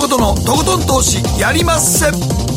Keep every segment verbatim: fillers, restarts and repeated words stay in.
誠のとことん投資やりまっせ。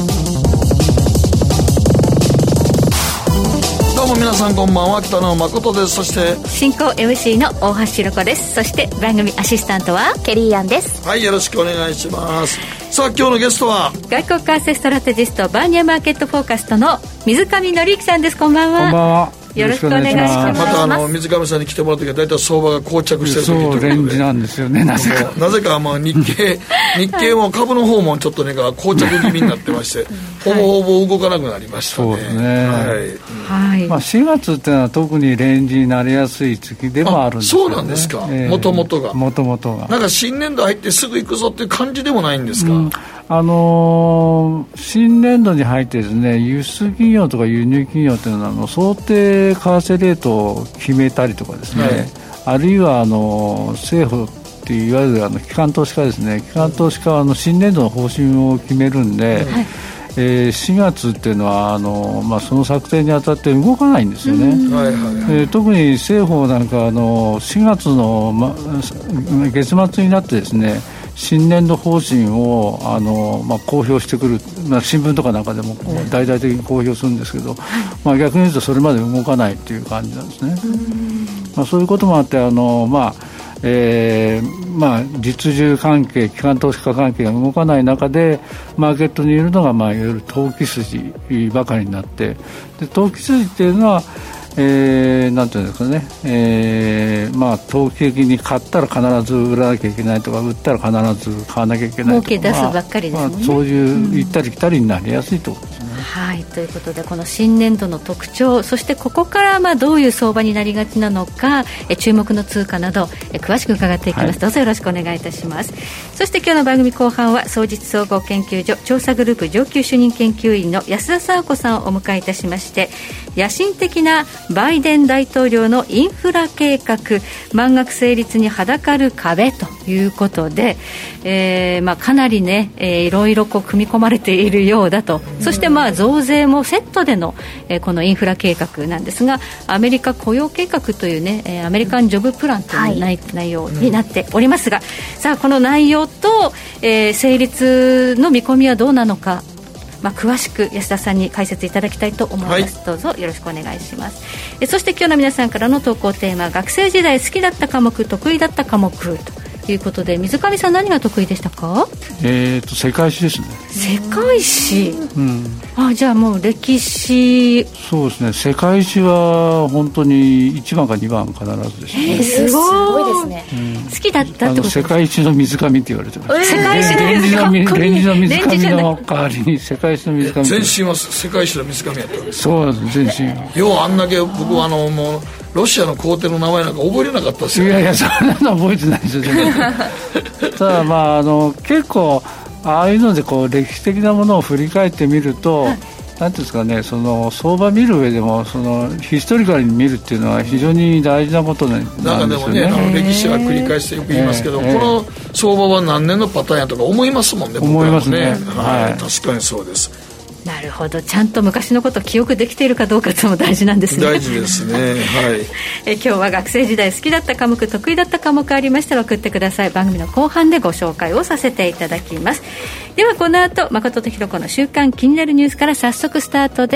どうも皆さんこんばんは、北野誠です。そして進行 エムシー の大橋ひろ子です。そして番組アシスタントはケリーアンです。 はい、よろしくお願いします。さあ今日のゲストは外国為替ストラテジストバーニアマーケットフォーカストの水上紀之さんです。こんばんは。 こんばんは。 よろしくお願いします。 またあの水上さんに来てもらった時はだいたい相場が膠着してる時ということで、 そうレンジなんですよね。なぜかなぜかまあ日経日経も株の方もちょっとね膠着気味になってましてほぼほぼ動かなくなりましたね。 そうですね、 はい、 まあ、しがつっていうのは特にレンジになりやすい月でもあるんですよね。 そうなんですか。もともとがもともとがなんか新年度入ってすぐ行くぞっていう感じでもないんですか。うん、 あのー、新年度に入ってですね、輸出企業とか輸入企業というのはあの想定為替レートを決めたりとかですね、はい、あるいはあの政府っていういわゆるあの機関投資家ですね、機関投資家はあの新年度の方針を決めるんで、はい、えー、しがつっていうのはあの、まあ、その策定にあたって動かないんですよね。はいはいはい、えー、特に政府なんかあのしがつの、ま、月末になってですね、新年度方針をあの、まあ、公表してくる、まあ、新聞とかなんかでも大々的に公表するんですけど、まあ、逆に言うとそれまで動かないという感じなんですね。まあ、そういうこともあってあの、まあえーまあ、実需関係、機関投資家関係が動かない中でマーケットにいるのが、まあ、いわゆる投機筋ばかりになって、で投機筋っていうのはえー、なんていうんですかね、えーまあ、投機的に買ったら必ず売らなきゃいけないとか、売ったら必ず買わなきゃいけないとか、 儲け出すばっかりですもんね。 まあ、そういう行ったり来たりになりやすいところですね。 はい、ということでこの新年度の特徴、そしてここからまあどういう相場になりがちなのか、え注目の通貨などえ詳しく伺っていきます、はい、どうぞよろしくお願いいたします。そして今日の番組後半は双日総合研究所調査グループ上級主任研究員の安田佐和子さんをお迎えいたしまして、野心的なバイデン大統領のインフラ計画、満額成立にはだかる壁ということで、えーまあ、かなりね、えー、いろいろこう組み込まれているようだと。そしてまあ増税もセットでの、えー、このインフラ計画なんですが、アメリカ雇用計画というね、えー、アメリカンジョブプランという、はい、内容になっておりますが、さあこの内容と、えー、成立の見込みはどうなのか、まあ、詳しく安田さんに解説いただきたいと思います、はい、どうぞよろしくお願いします。えそして今日の皆さんからの投稿テーマ、学生時代好きだった科目、得意だった科目ということで、水上さん何が得意でしたか。 えー、と世界史ですね。 世界史、 うん、 あ、じゃあもう歴史。 そうですね、世界史は本当にいちばんかにばん必ずですね。 えー、すごいですね、うん、好きだったってことです。 世界史の水上って言われてます、 えー、世界史の水上、レンジの水上の代わりに世界史の水上。 全身は世界史の水上やったわけです。 そうなんです、全身。 ようあんだけ僕はあのもうロシアの皇帝の名前なんか覚えれなかったですよ。 いやいや、そんなの覚えてないですよただまああの結構ああいうのでこう歴史的なものを振り返ってみると、はい、なんていうんですかね、その相場見る上でもそのヒストリカルに見るっていうのは非常に大事なことなんですよね。 なんかでもね、あの歴史は繰り返してよく言いますけど、この相場は何年のパターンやとか思いますもんね。 思いますね、 はい、確かにそうです。 なるほど、ちゃんと昔のことを記憶できているかどうかというのも大事なんですね。 大事ですね、はい、 え今日は学生時代好きだった科目、得意だった科目ありましたら送ってください。番組の後半でご紹介をさせていただきます。ではこの後、誠とひろ子の週刊気になるニュースから早速スタートです。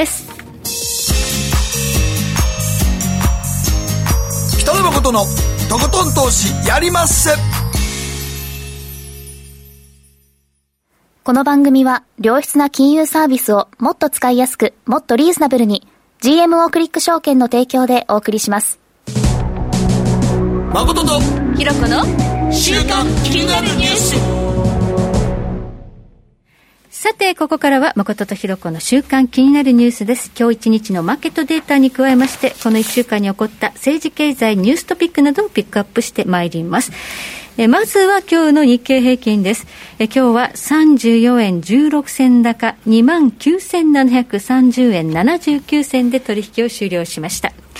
北野誠のとことん投資やりまっせ。 この番組は良質な金融サービスをもっと使いやすく、もっとリーズナブルに ジーエムオー クリック証券の提供でお送りします。 誠とひろ子の週刊気になるニュース。 さてここからは誠とひろ子の週刊気になるニュースです。今日一日のマーケットデータに加えまして、このいっしゅうかんに起こった政治経済ニューストピックなどをピックアップしてまいります。えまずは今日の日経平均です。え今日はさんじゅうよえんじゅうろくせん高 にまんきゅうせんななひゃくさんじゅうえんななじゅうきゅうせんで取引を終了しました。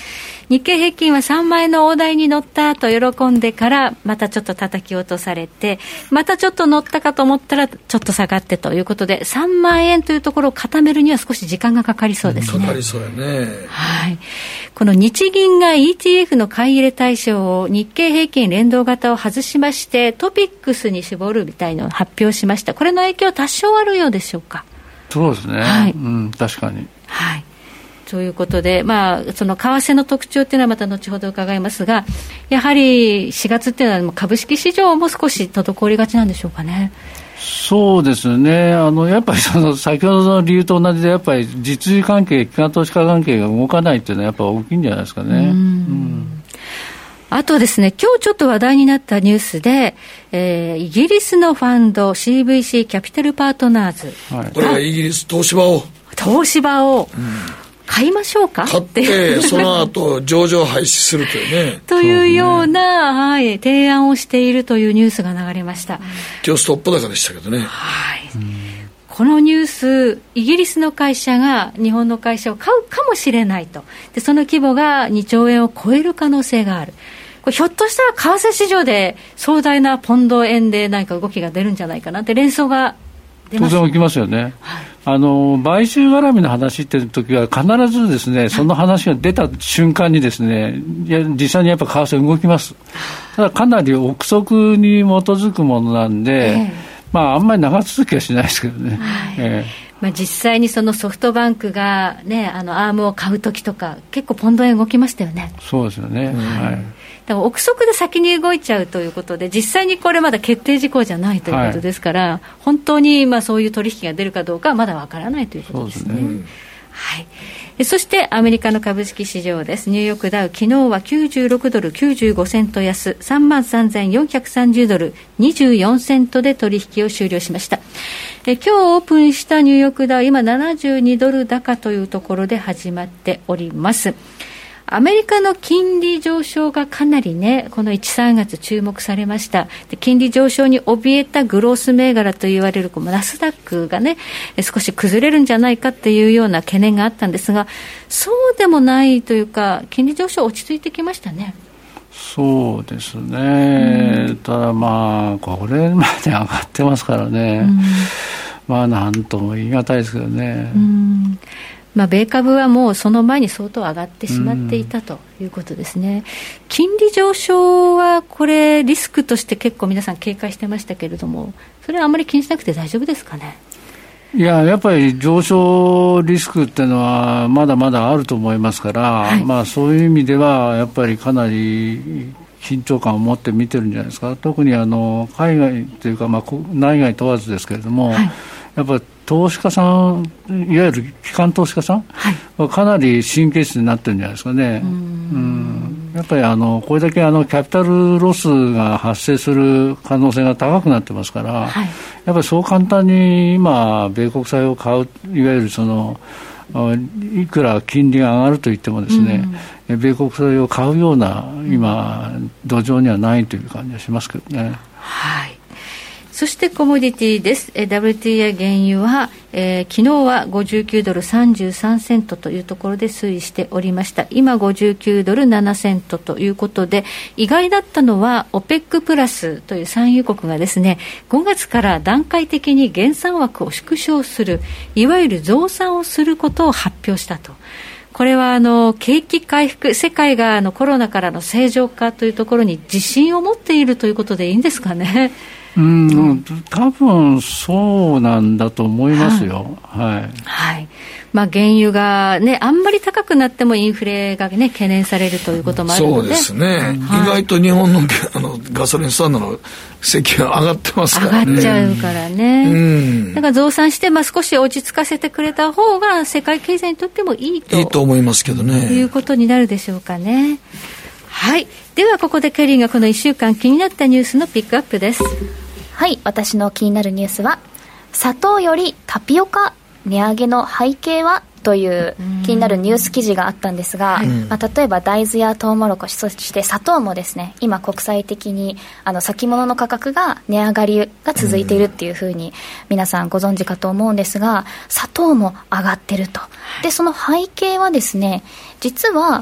日経平均はさんまんえんの大台に乗ったと喜んでからまたちょっと叩き落とされて、またちょっと乗ったかと思ったらちょっと下がってということで、さんまんえんというところを固めるには少し時間がかかりそうですね。 かかりそうやね。 はい。この日銀が イーティーエフ の買い入れ対象を日経平均連動型を外しましてトピックスに絞るみたいなのを発表しました。これの影響多少あるようでしょうか。 そうですね、 はい、 うん、確かに、 はい、ということで、まあ、その為替の特徴というのはまた後ほど伺いますが、やはりしがつというのは株式市場も少し滞りがちなんでしょうかね。 そうですね、あのやっぱりその先ほどの理由と同じで、やっぱり実需関係、機関投資家関係が動かないというのはやっぱり大きいんじゃないですかね。うん、うんあとですね、今日ちょっと話題になったニュースで、えー、イギリスのファンド シーブイシー キャピタルパートナーズ、 はい、これがイギリス東芝を東芝を買いましょうか、うん、 買ってその後上場廃止するというねというような、はい、提案をしているというニュースが流れました。 今日ストップ高でしたけどね、 はい、うん、このニュース、イギリスの会社が日本の会社を買うかもしれないと。で、その規模がにちょうえんを超える可能性がある。これひょっとしたら為替市場で壮大なポンド円で何か動きが出るんじゃないかなって連想が出ます、ね、当然起きますよね、はい、あの買収絡みの話っていう時は必ずですね、その話が出た瞬間にですね、いや実際にやっぱ為替動きます。ただかなり憶測に基づくものなんで、えーまあ、あんまり長続きはしないですけどね、はい、えーまあ、実際にそのソフトバンクが、ね、あのアームを買うときとか結構ポンド円動きましたよね。 そうですよね、うん、はい、 だから憶測で先に動いちゃうということで、実際にこれまだ決定事項じゃないということですから、はい、本当にまあそういう取引が出るかどうかはまだわからないということですね。そうですね、はい、そしてアメリカの株式市場です。ニューヨークダウ、昨日はきゅうじゅうろくドルきゅうじゅうごセント安、さんまんさんぜんよんひゃくさんじゅうドルにじゅうよんセントで取引を終了しました。え今日オープンしたニューヨークダウ、今ななじゅうにドル高というところで始まっております。アメリカの金利上昇がかなりね、このいち、さんがつ注目されました。で、金利上昇に怯えたグロース銘柄といわれるこのナスダックがね、少し崩れるんじゃないかっていうような懸念があったんですが、そうでもないというか、金利上昇落ち着いてきましたね。 そうですね、うん、ただまあこれまで上がってますからね、うん、まあなんとも言い難いですけどね、うん、 まあ、米株はもうその前に相当上がってしまっていたということですね。金利上昇はこれリスクとして結構皆さん警戒してましたけれども、それはあまり気にしなくて大丈夫ですかね。 いや、やっぱり上昇リスクっていうのはまだまだあると思いますから、はい、まあ、そういう意味ではやっぱりかなり緊張感を持って見てるんじゃないですか。特にあの海外というか、まあ、内外問わずですけれども、はい、やっぱり投資家さん、いわゆる機関投資家さんはかなり神経質になってるんじゃないですかね。うんうんやっぱりあのこれだけあのキャピタルロスが発生する可能性が高くなってますから、はい、やっぱりそう簡単に今米国債を買う、いわゆるそのいくら金利が上がるといってもですね、うん、米国債を買うような今土壌にはないという感じがしますけどね。 はい。そしてコモディティです。 ダブリューティーアイ 原油は、えー、昨日はごじゅうきゅうドルさんじゅうさんセントというところで推移しておりました。今ごじゅうきゅうドルななセントということで、意外だったのは オペック プラスという産油国がですね、ごがつから段階的に減産枠を縮小する、いわゆる増産をすることを発表したと。これはあの景気回復、世界があのコロナからの正常化というところに自信を持っているということでいいんですかね。 うん、多分そうなんだと思いますよ。はい、はいはい、まあ、原油が、ね、あんまり高くなってもインフレが、ね、懸念されるということもあるので、 そうですね、はい、意外と日本 の, あのガソリンスタンドの席が上がってますからね。 上がっちゃうからね、うん、だから増産して、まあ、少し落ち着かせてくれた方が世界経済にとってもいいといいと思いますけどね、 いうことになるでしょうかね。はい、ではここでケリーがこのいっしゅうかん気になったニュースのピックアップです。 はい、私の気になるニュースは、砂糖よりタピオカ値上げの背景はという気になるニュース記事があったんですが、まあ、例えば大豆やトウモロコシ、そして砂糖もですね、今国際的にあの先物の価格が値上がりが続いているっていうふうに皆さんご存知かと思うんですが、砂糖も上がってると。でその背景はですね、実は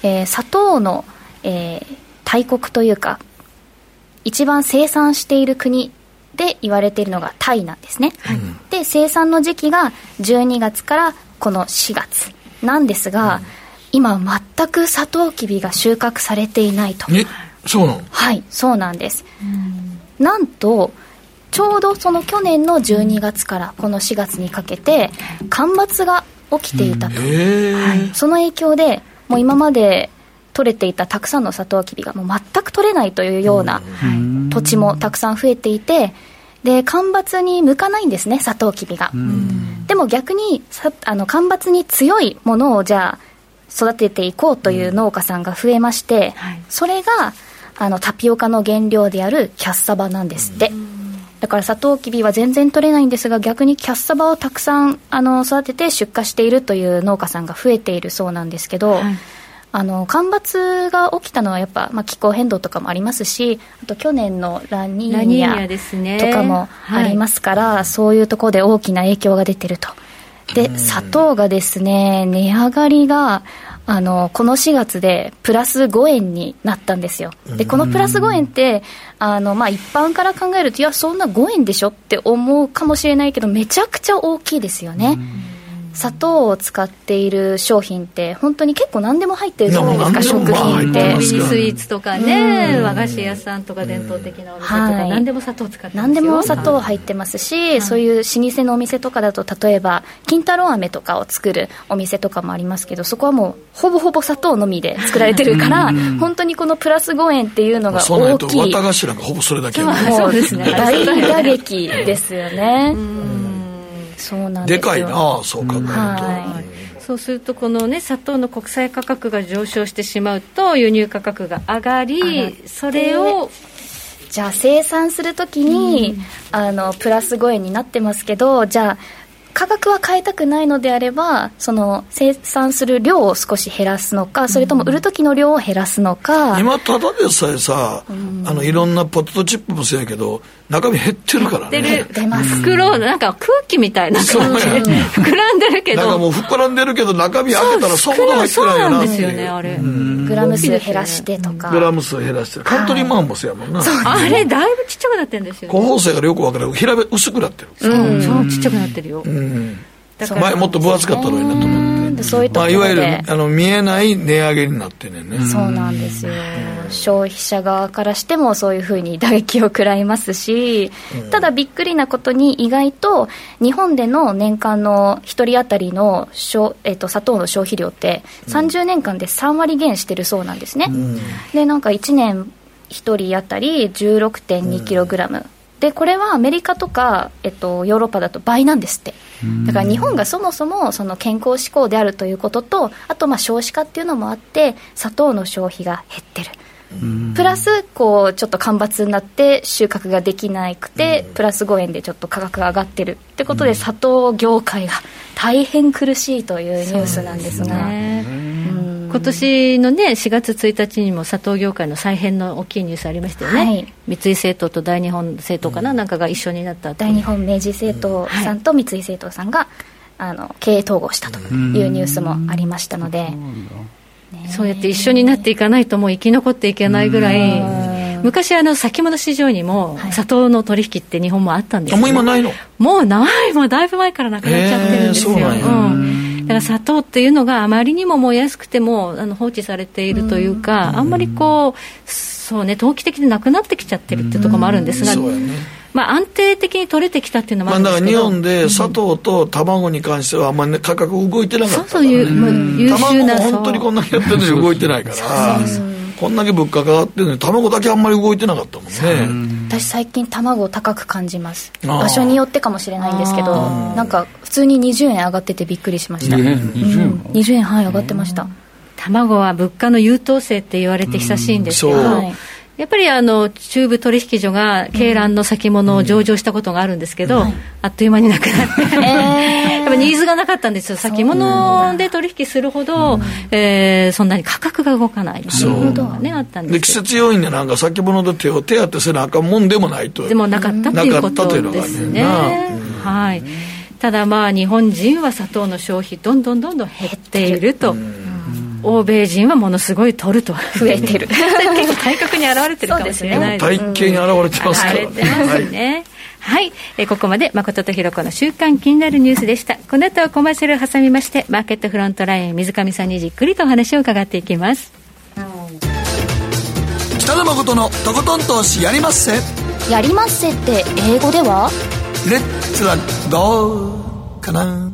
えー、砂糖の、えー、大国というか一番生産している国で言われているのがタイなんですね、はい、で生産の時期がじゅうにがつからこのしがつなんですが、うん、今全くサトウキビが収穫されていないと。 え、そうなの？ はい、そうなんです、うん、なんとちょうどその去年のじゅうにがつからこのしがつにかけて干ばつが起きていたと、うんはい、その影響でもう今まで取れていたたくさんのサトウキビがもう全く取れないというような土地もたくさん増えていて、で干ばつに向かないんですね、サトウキビが。でも逆にさあの干ばつに強いものをじゃあ育てていこうという農家さんが増えまして、それがあのタピオカの原料であるキャッサバなんですって。だからサトウキビは全然取れないんですが、逆にキャッサバをたくさんあの育てて出荷しているという農家さんが増えているそうなんですけど、はい、あの干ばつが起きたのはやっぱ、まあ、気候変動とかもありますし、あと去年のラニーニャとかもありますから、はい、そういうところで大きな影響が出てると。で砂糖がですね、値上がりがあのこのしがつでプラスごえんになったんですよ。でこのプラスごえんってあの、まあ、一般から考えるといやそんなごえんでしょって思うかもしれないけど、めちゃくちゃ大きいですよね。砂糖を使っている商品って本当に結構何でも入ってるじゃないですか、食品って。 ミニスイーツとかね、和菓子屋さんとか伝統的なお店とか、はい、何でも砂糖使ってますよ。 何でも砂糖入ってますし、はい、そういう老舗のお店とかだと例えば金太郎飴とかを作るお店とかもありますけど、そこはもうほぼほぼ砂糖のみで作られてるから本当にこのプラスごえんっていうのが大きい。そうないと綿頭がほぼそれだけ、ね、 そうですね、大打撃ですよね。そうなんですよ。 でかいな、そう考えると、はい、 そうするとこのね砂糖の国際価格が上昇してしまうと輸入価格が上がり、それをじゃあ生産するときに、うん、あのプラスごえんになってますけど、じゃあ価格は変えたくないのであればその生産する量を少し減らすのか、それとも売る時の量を減らすのか、 うん、今ただでさえさ、うん、あのいろんなポテトチップもそうやけど中身減ってるからね。 減ってる、出ます。袋なんか空気みたいな感じで膨らんでるけど、 なんかもう膨らんでるけど中身開けたらそんな入ってないよなっていう。そうなんですよね、 あれ、 うん、グラム数減らしてとか、 グラム数減らしてる。カントリーマンもそうやもんな。 あれだいぶちっちゃくなってるんですよ、ね、 個包装がよく分からない。平べ薄くなってる、 うん、そうちっちゃくなってるよ、うん、 だから前もっと分厚かったのになと思って、 そういうところで、 まあ、いわゆるあの見えない値上げになってね。 そうなんですよ。消費者側からしてもそういうふうに打撃を食らいますし、うん、ただびっくりなことに意外と日本での年間のひとり当たりの、えっと、砂糖の消費量ってさんじゅうねんかんでさんわり減してるそうなんですね、うん、でなんかいちねんひとり当たり じゅうろくてんにキログラム、うんでこれはアメリカとか、えっと、ヨーロッパだと倍なんですって。だから日本がそもそもその健康志向であるということと、あとまあ少子化っていうのもあって砂糖の消費が減ってる、プラスこうちょっと干ばつになって収穫ができなくてプラスごえんでちょっと価格が上がってるってことで、砂糖業界が大変苦しいというニュースなんですが、 今年のねしがつついたちにも砂糖業界の再編の大きいニュースありましたよね、はい、三井製糖と大日本製糖かな、うん、なんかが一緒になった大日本明治製糖さんと三井製糖さんが、あの経営統合したというニュースもありましたので、 ね、そうやって一緒になっていかないともう生き残っていけないぐらい、昔あの先物市場にも砂糖の取引って日本もあったんですよ、ね、 もう今ないの？ もうない、もうだいぶ前からなくなっちゃってるんですよ、えー、そうなんや、うんだから砂糖っていうのがあまりにももう安くてもあの放置されているというか、あんまりこうそうね投機的でなくなってきちゃってるっていうところもあるんですが、そうやね、まあ、安定的に取れてきたっていうのもあるんですけど、 まあ、だから日本で砂糖と卵に関してはあんまり、ね、価格動いてなかったから、ね、そうそういう、まあ、優秀な卵も本当にこんなにやってるのに動いてないからそうそうそう、こんだけ物価が上がってるのに卵だけあんまり動いてなかったもんね。 私最近卵高く感じます。場所によってかもしれないんですけど、なんか普通ににじゅうえん上がっててびっくりしました、えー、にじゅうえん、うん、にじゅうえん、はい、上がってました。 卵は物価の優等生って言われて久しいんですけど、はいやっぱりあの中部取引所が鶏卵の先物を上場したことがあるんですけど、うん、あっという間になくなって、えー、やっぱニーズがなかったんですよ。先物で取引するほど、うんえー、そんなに価格が動かないっていうことが、ね、あったんですで季節要因でなんか先物で手を手当てせなあかんもんでもないとでもなかったっていうことですね、うん、はい。ただまあ日本人は砂糖の消費どんどんどんどん減っていると、うん欧米人はものすごい取ると増えてる結構体格に現れてるかもしれないです、 ね、体型に現れてますからね、 現れてますね、はい、はい、えここまで誠とひろ子の週間気になるニュースでした。この後はコマーシャルを挟みましてマーケットフロントライン水上さんにじっくりとお話を伺っていきます。 北野誠のとことん投資やりまっせ。 やりまっせって英語ではレッツはどうかな。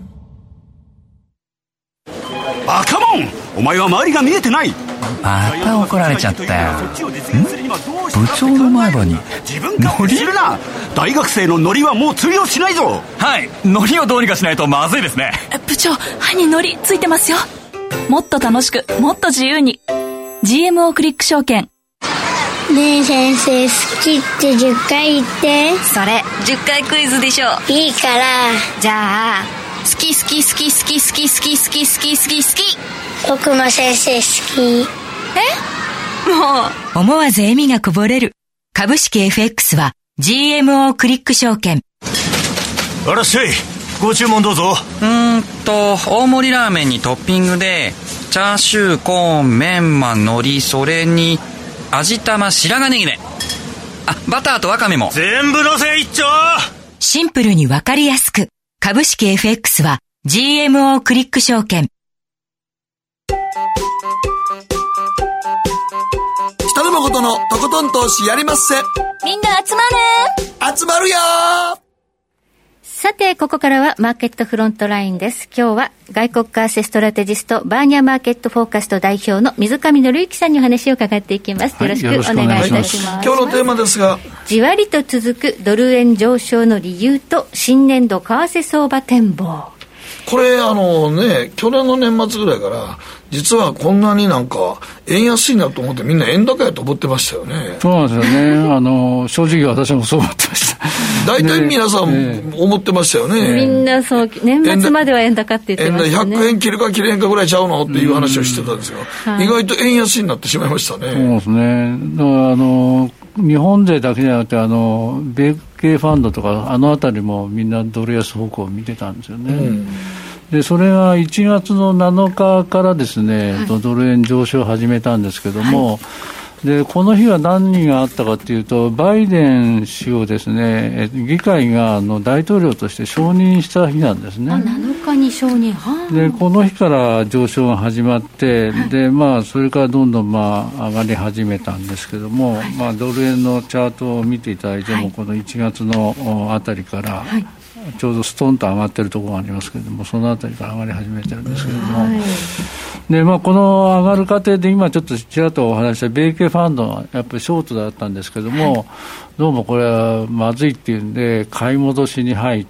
バカモン、お前は周りが見えてない。 また怒られちゃったよ。ん？部長の前歯にノリ？ 大学生のノリはもう通用しないぞ。 はい、ノリをどうにかしないとまずいですね。 部長、歯にノリついてますよ。もっと楽しく、もっと自由に ジーエムオー クリック証券。 ねえ先生、好きってじゅっかい言って。 それじゅっかいクイズでしょ。 いいから。 じゃあ、好き好き好き好き好き好き好き好き好き好き。 僕も先生好き。 え？もう思わず笑みがこぼれる。株式 エフエックス は ジーエムオー クリック証券。 あらっしゃい、ご注文どうぞ。 うーんと大盛りラーメンにトッピングでチャーシュー、コーン、メンマ、海苔、それに味玉、白髪ネギね。あ、バターとワカメも全部のせ一丁。 シンプルにわかりやすく。株式 エフエックス は ジーエムオー クリック証券。 北野誠のとことん投資やりまっせ。 みんな集まる集まるよ。 さてここからはマーケットフロントラインです。今日は外国為替ストラテジストバーニャマーケットフォーカスト代表の水上紀之さんにお話を伺っていきます。よろしくお願いいたします。 今日のテーマですが、 じわりと続くドル円上昇の理由と新年度為替相場展望。 これあのね、去年の年末ぐらいから実はこんなになんか円安いなと思ってみんな円高やと思ってましたよね。 そうなんですよね。あの正直私もそう思ってました。 大体皆さん思ってましたよね。 みんなそう、年末までは円高って言ってましたね。 ひゃくえん切るか切れんかぐらいちゃうのっていう話をしてたんですよ、はい、意外と円安になってしまいましたね。 そうですね。だからあの日本勢だけじゃなくてあの米系ファンドとかあのあたりもみんなドル安方向を見てたんですよね、うん、でそれがいちがつのなのかからですね、はい、ドル円上昇を始めたんですけども、はい、でこの日は何があったかというとバイデン氏をですね議会があの大統領として承認した日なんですね。 あなのかに承認。 でこの日から上昇が始まって、はい、でまあ、それからどんどん、まあ、上がり始めたんですけども、はい、まあ、ドル円のチャートを見ていただいても、はい、このいちがつのあたりから、はい、ちょうどストンと上がってるところがありますけれども、そのあたりから上がり始めてるんですけれども、はい、でまあ、この上がる過程で今ちょっとちらっとお話した米系ファンドがやっぱりショートだったんですけども、はい、どうもこれはまずいっていうんで買い戻しに入って、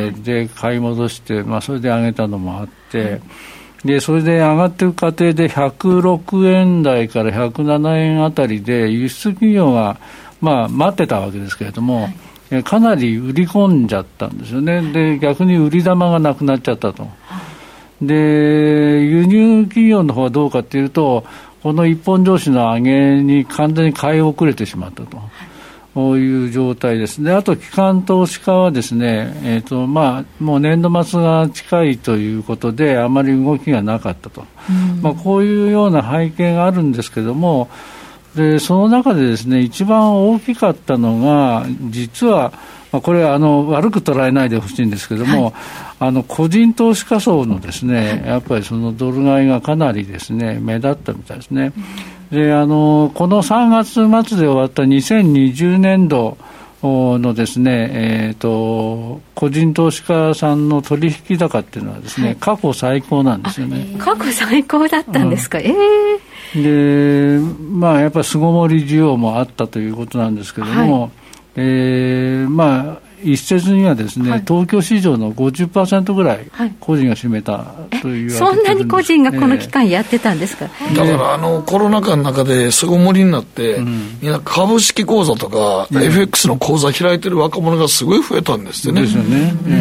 で買い戻して、まあ、それで上げたのもあって、はい、でそれで上がっていく過程でひゃくろくえん台からひゃくななえんあたりで輸出企業が、まあ、待ってたわけですけれども、はい、かなり売り込んじゃったんですよね。で逆に売り玉がなくなっちゃったと。で輸入企業の方はどうかというと、この一本上司の上げに完全に買い遅れてしまったと、こういう状態です。であと機関投資家はですね、えーとまあ、もう年度末が近いということであまり動きがなかったと、まあ、こういうような背景があるんですけども、でその中でですね一番大きかったのが実は、まあ、これはあの悪く捉えないでほしいんですけども、はい、あの個人投資家層のですねやっぱりそのドル買いがかなりですね目立ったみたいですね。であのこのさんがつ末で終わったにせんにじゅうねんどのですね、えーと、個人投資家さんの取引高っていうのはですね、はい、過去最高なんですよね。 過去最高だったんですか。うん、えー、でまあやっぱり巣ごもり需要もあったということなんですけども、はい、えー、まあ一説にはですね、はい、東京市場の ごじゅっパーセント ぐらい個人が占めたという、 はい、そんなに個人がこの期間やってたんですか。 えー、だからあのコロナ禍の中で巣ごもりになって、うん、みんな株式口座とか、うん、エフエックス の口座開いてる若者がすごい増えたんですってね。 ですよね、 うん、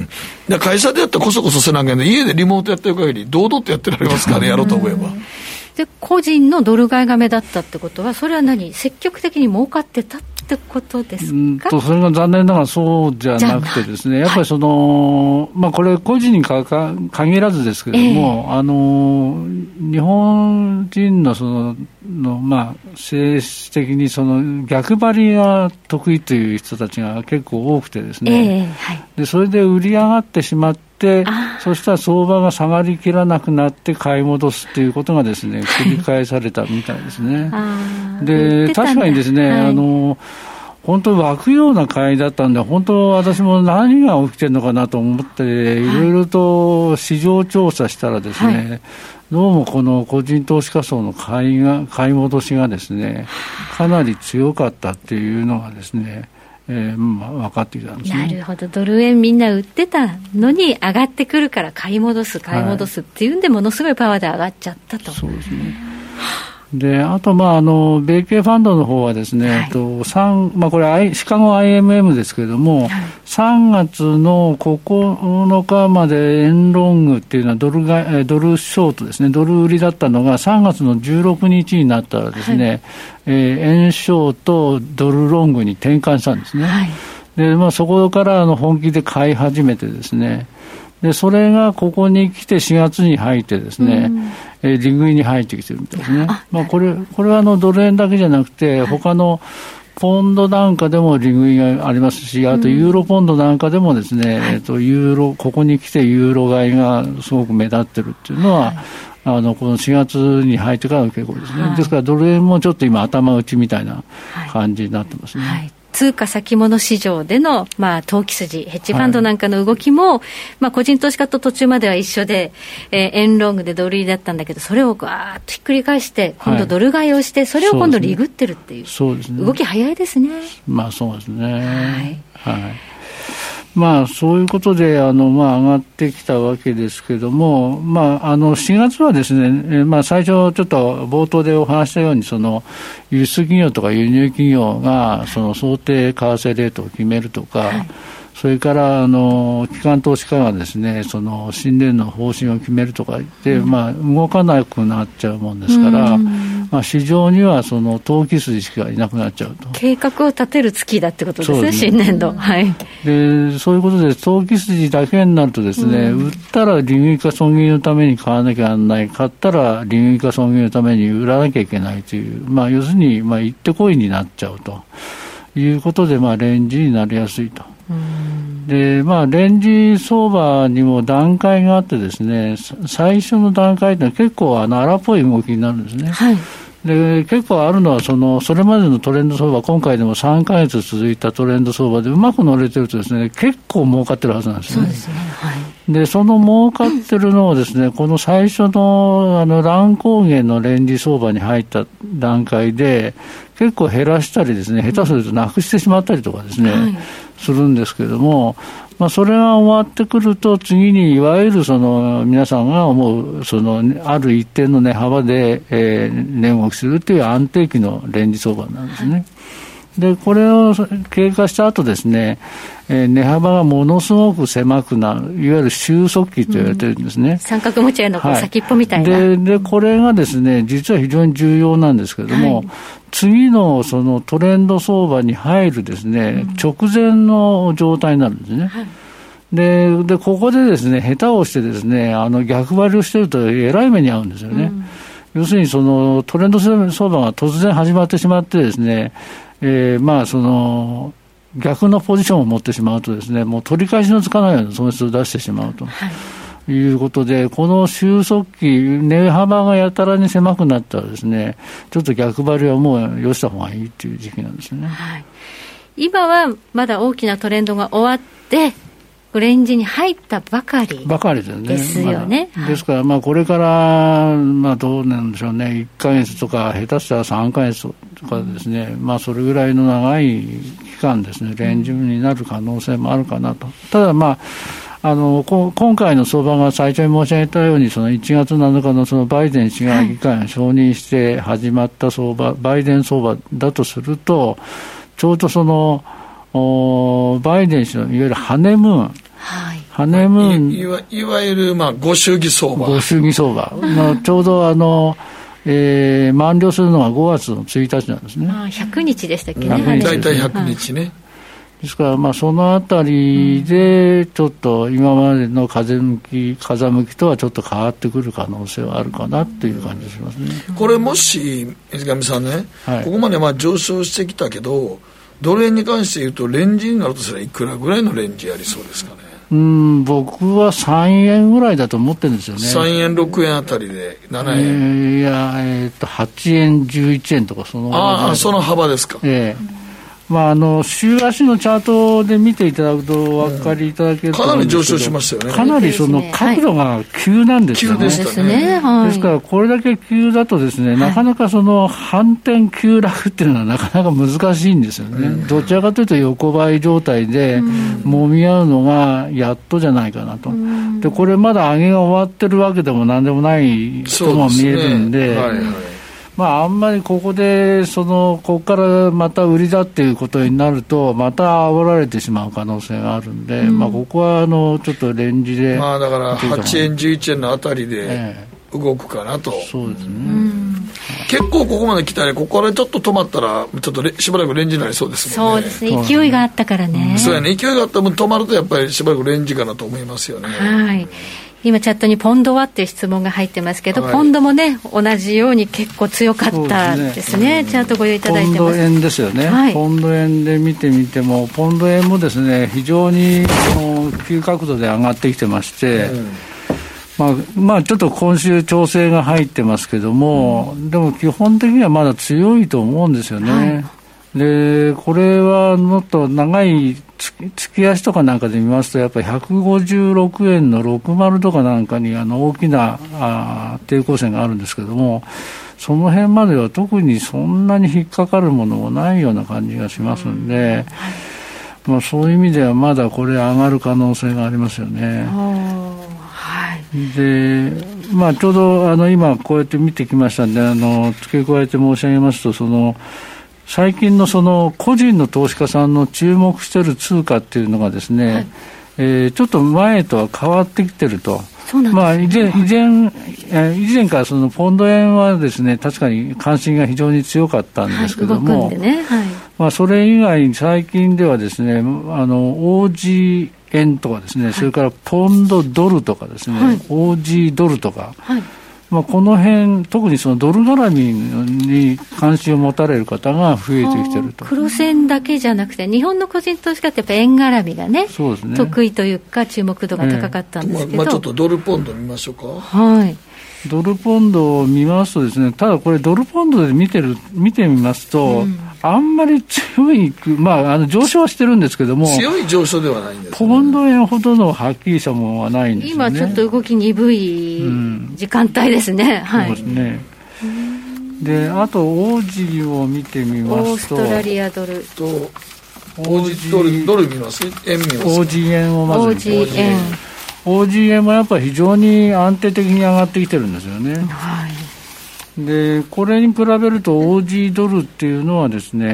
で会社でやったらこそこそせなきゃね、家でリモートやってる限り堂々とやってられますからね、やろうと思えば。 で個人のドル買いが目立ったってことは、それは何、積極的に儲かってた。 ってことですか？ うんとそれが残念ながらそうじゃなくてですね、やっぱりその、まあ、これ個人にかか限らずですけれども、えー、あの日本人のそのの、まあ、性質的にその逆張りが得意という人たちが結構多くてですね、えーはい、でそれで売り上がってしまってでそしたら相場が下がりきらなくなって買い戻すということがですね繰り返されたみたいですね。で確かにですね、はい、あの本当に湧くような買いだったんで、本当私も何が起きてるのかなと思っていろいろと市場調査したらですね、はい、どうもこの個人投資家層の買いが買い戻しがですねかなり強かったっていうのがですねえーまあ、分かってきたんですね。 なるほど。ドル円みんな売ってたのに上がってくるから買い戻す買い戻すっていうんで、はい、ものすごいパワーで上がっちゃったと。 そうですね。であと、まあ、あの米系ファンドの方はですね、はい、とさんまあ、これシカゴ アイエムエム ですけれども、はい、さんがつのここのかまで円ロングっていうのはドルがドルショートですね、ドル売りだったのがさんがつのじゅうろくにちになったらですね、はい、えー、円ショートドルロングに転換したんですね、はい、でまあ、そこからあの本気で買い始めてですね、でそれがここに来てしがつに入ってですね、うん、えー、利食いに入ってきてるみたいですね。まあ、これこれはあのドル円だけじゃなくて、はい、他のポンドなんかでも利食いがありますし、あとユーロポンドなんかでもですね、うん、えー、とユーロここに来てユーロ買いがすごく目立ってるっていうのは、はい、あのこのしがつに入ってからの傾向ですね、はい、ですからドル円もちょっと今頭打ちみたいな感じになってますね、はいはい、 通貨先物市場での、まあ、投機筋ヘッジファンドなんかの動きも、はい、まあ、個人投資家と途中までは一緒で、えー、円ロングでドル売りだったんだけど、それをガーッとひっくり返して今度ドル買いをして、はい、それを今度リグってるっていう、そうですね、動き早いですね。 まあそうですね、はい、はい、まあ、そういうことであの、まあ、上がってきたわけですけども、まあ、あのしがつはですね、えまあ、最初ちょっと冒頭でお話したようにその輸出企業とか輸入企業がその想定為替レートを決めるとか、はい、それからあの機関投資家がですねその新年の方針を決めるとか言って、うん、まあ、動かなくなっちゃうもんですから、うん、まあ、市場にはその投機筋しかいなくなっちゃうと。 計画を立てる月だってことですね、ですね、新年度、はい、 でそういうことで投機筋だけになるとですね、うん、売ったら利食いか損切りのために買わなきゃならない、買ったら利食いか損切りのために売らなきゃいけないという、まあ、要するに、まあ、行ってこいになっちゃうということで、まあ、レンジになりやすいと。でまあ、レンジ相場にも段階があってですね、最初の段階というのは結構あの荒っぽい動きになるんですね、はい、で結構あるのはそのそれまでのトレンド相場、今回でもさんかげつ続いたトレンド相場でうまく乗れてるとですね、結構儲かってるはずなんですね。そうですね、はい、でその儲かってるのをですね、この最初のあの乱高下のレンジ相場に入った段階で結構減らしたりですね、下手するとなくしてしまったりとかですね、はい、するんですけれども、まあ、それが終わってくると次にいわゆるその皆さんが思うそのある一定の値幅で、えー、値動きするという安定期のレンジ相場なんですね。でこれを経過した後ですね、えー、値幅がものすごく狭くなる、いわゆる収束期と言われてるんですね、うん、 三角持ち合いのこう先っぽみたいな、 はい、で, でこれがですね実は非常に重要なんですけれども、はい、次のそのトレンド相場に入るですね、うん、直前の状態になるんですね、はい、で, でここでですね下手をしてですねあの逆張りをしているとえらい目に遭うんですよね、うん、要するにそのトレンド相場が突然始まってしまってですね、えー、まあその逆のポジションを持ってしまうとですね、もう取り返しのつかないような損失を出してしまうと、はい、いうことで、この収束期値幅がやたらに狭くなったらですね、ちょっと逆張りはもうよした方がいいという時期なんですね、はい、 今はまだ大きなトレンドが終わってレンジに入ったばかりばかりですね。 ですよね。 まあ、ですから、まあ、これから、まあ、どうなんでしょうね、いっかげつとか下手したらさんかげつとかですね、うん、まあ、それぐらいの長い期間ですね、レンジになる可能性もあるかなと。ただ、まあ、あのこ今回の相場が最初に申し上げたようにそのいちがつなのかのそのバイデン氏が議会が承認して始まった相場、はい、バイデン相場だとするとちょうどそのバイデン氏のいわゆるハネムーン、はい、ハネムーン、 い, い, わいわゆるまあご祝儀相場ご祝儀相場のちょうどあの、 えー、満了するのがごがつのついたちなんですね。 ああひゃくにちでしたっけね。 大体ひゃくにちね、はい、 ですから、まあ、そのあたりでちょっと今までの風向き風向きとはちょっと変わってくる可能性はあるかなという感じがしますね。 これもし水上さんね、はい、ここまでまあ上昇してきたけどドル円に関して言うとレンジになるとすればいくらぐらいのレンジありそうですかね。 うん、僕はさんえんぐらいだと思ってるんですよね。 さんえんろくえんあたりでななえん、えー、いや、えー、とはちえんじゅういちえんとかそのああその幅ですか。 ええーまあ、あの週足のチャートで見ていただくとお分かりいただけると思うんですけど、 かなり上昇しましたよね。 かなりその角度が急なんですよね。 急でしたね、 はい、 ですからこれだけ急だとですね、はい、なかなかその反転急落っていうのはなかなか難しいんですよね、うん、どちらかというと横ばい状態で揉み合うのがやっとじゃないかなと、うん、でこれまだ上げが終わってるわけでもなんでもないとも見えるんで、はいはい、まあ、あんまりここでそのここからまた売りだっていうことになるとまた煽られてしまう可能性があるんで、うん、まあ、ここはあのちょっとレンジで、 まあ、だからはちえんじゅういちえんのあたりで動くかなと、ええ、 そうですね、うん、 結構ここまで来たらここからちょっと止まったらちょっとしばらくレンジになりそうですもんね。 そうですね、勢いがあったからね、 うん、そうやね、勢いがあった分止まるとやっぱりしばらくレンジかなと思いますよね。 はい、今チャットにポンドはっていう質問が入ってますけど、はい、ポンドもね同じように結構強かったですね。チャートご用意いただいてます。 ポンド円ですよね、はい、ポンド円で見てみてもポンド円もですね非常に急角度で上がってきてまして、うん、まあ、まあちょっと今週調整が入ってますけども、うん、でも基本的にはまだ強いと思うんですよね、はい、でこれはもっと長い月足とかなんかで見ますとやっぱりひゃくごじゅうろくえんのろくじゅうとかなんかにあの大きなあ抵抗線があるんですけども、その辺までは特にそんなに引っかかるものもないような感じがしますんで、うん、まあ、そういう意味ではまだこれ上がる可能性がありますよね。 はい、 で、まあ、ちょうどあの今こうやって見てきましたんであの付け加えて申し上げますとその最近のその個人の投資家さんの注目している通貨っていうのがですね、はい、えー、ちょっと前とは変わってきてると。 そうなんですね。 まあ、以前、以前、以前からそのポンド円はですね、確かに関心が非常に強かったんですけども、 はい、動くんでね、はい、 まあ、それ以外に最近ではですね、あの、オージー 円とかですね、はい、それからポンドドルとかですね、はい、オージー ドルとか、はい、まあ、この辺特にそのドル絡みに関心を持たれる方が増えてきていると。 黒線だけじゃなくて日本の個人投資家ってやっぱ円絡みが ね, そうですね得意というか注目度が高かったんですけど、 えーまあ、ちょっとドルポンド見ましょうか。 はい、 ドルポンドを見ますとですね、ただこれドルポンドで見てる見てみますと、うん、あんまり強い、まあ、あの上昇はしてるんですけども強い上昇ではないんです、ね、 ポンド円ほどのはっきりしたものはないんですよね。 今ちょっと動き鈍い時間帯ですね、うん、はい、 そうですね。であとオージーを見てみますとオーストラリアドルとオージードル、ドル見ます円見ますオージー円をまずオージー円オージー円もやっぱり非常に安定的に上がってきてるんですよね、 はい、 でこれに比べると オージー ドルっていうのはですね、うん、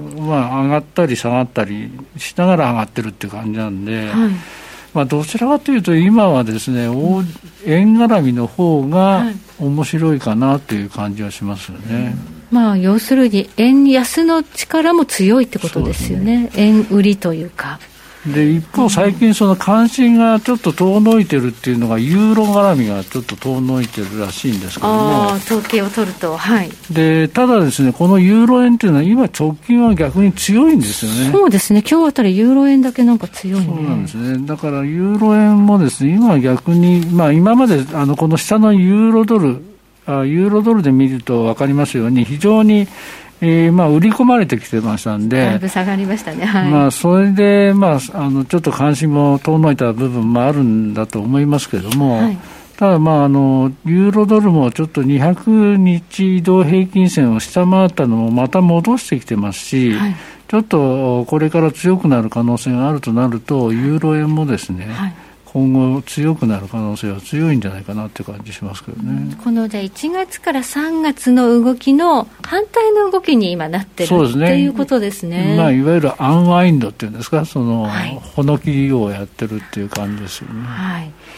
えーまあ、上がったり下がったりしながら上がってるっていう感じなんで、はい、まあ、どちらかというと今はですね、うん、円絡みの方が面白いかなという感じはしますよね、 うん、まあ、要するに円安の力も強いってことですよね、円売りというか。 で一方最近その関心がちょっと遠のいてるっていうのがユーロ絡みがちょっと遠のいてるらしいんですけども、 あ統計を取ると、はい、 でただですねこのユーロ円っていうのは今直近は逆に強いんですよね。 そうですね、今日あたりユーロ円だけなんか強いね。 そうなんですね。だからユーロ円もですね今は逆に、まあ、今まであのこの下のユーロドルあユーロドルで見ると分かりますように非常にえーまあ、売り込まれてきてましたんでだいぶ下がりましたね、はい、 まあ、それで、まあ、あのちょっと関心も遠のいた部分もあるんだと思いますけれども、はい、ただ、まあ、あのユーロドルもちょっとにひゃくにち移動平均線を下回ったのもまた戻してきてますし、はい、ちょっとこれから強くなる可能性があるとなるとユーロ円もですね、はい、今後強くなる可能性は強いんじゃないかなっていう感じしますけどね。 このじゃあいちがつからさんがつの動きの反対の動きに今なってるそうですねっていうことですね。 まあ、いわゆるアンワインドっていうんですか、その、はい、ほのきりをやってるっていう感じですよね。 はい、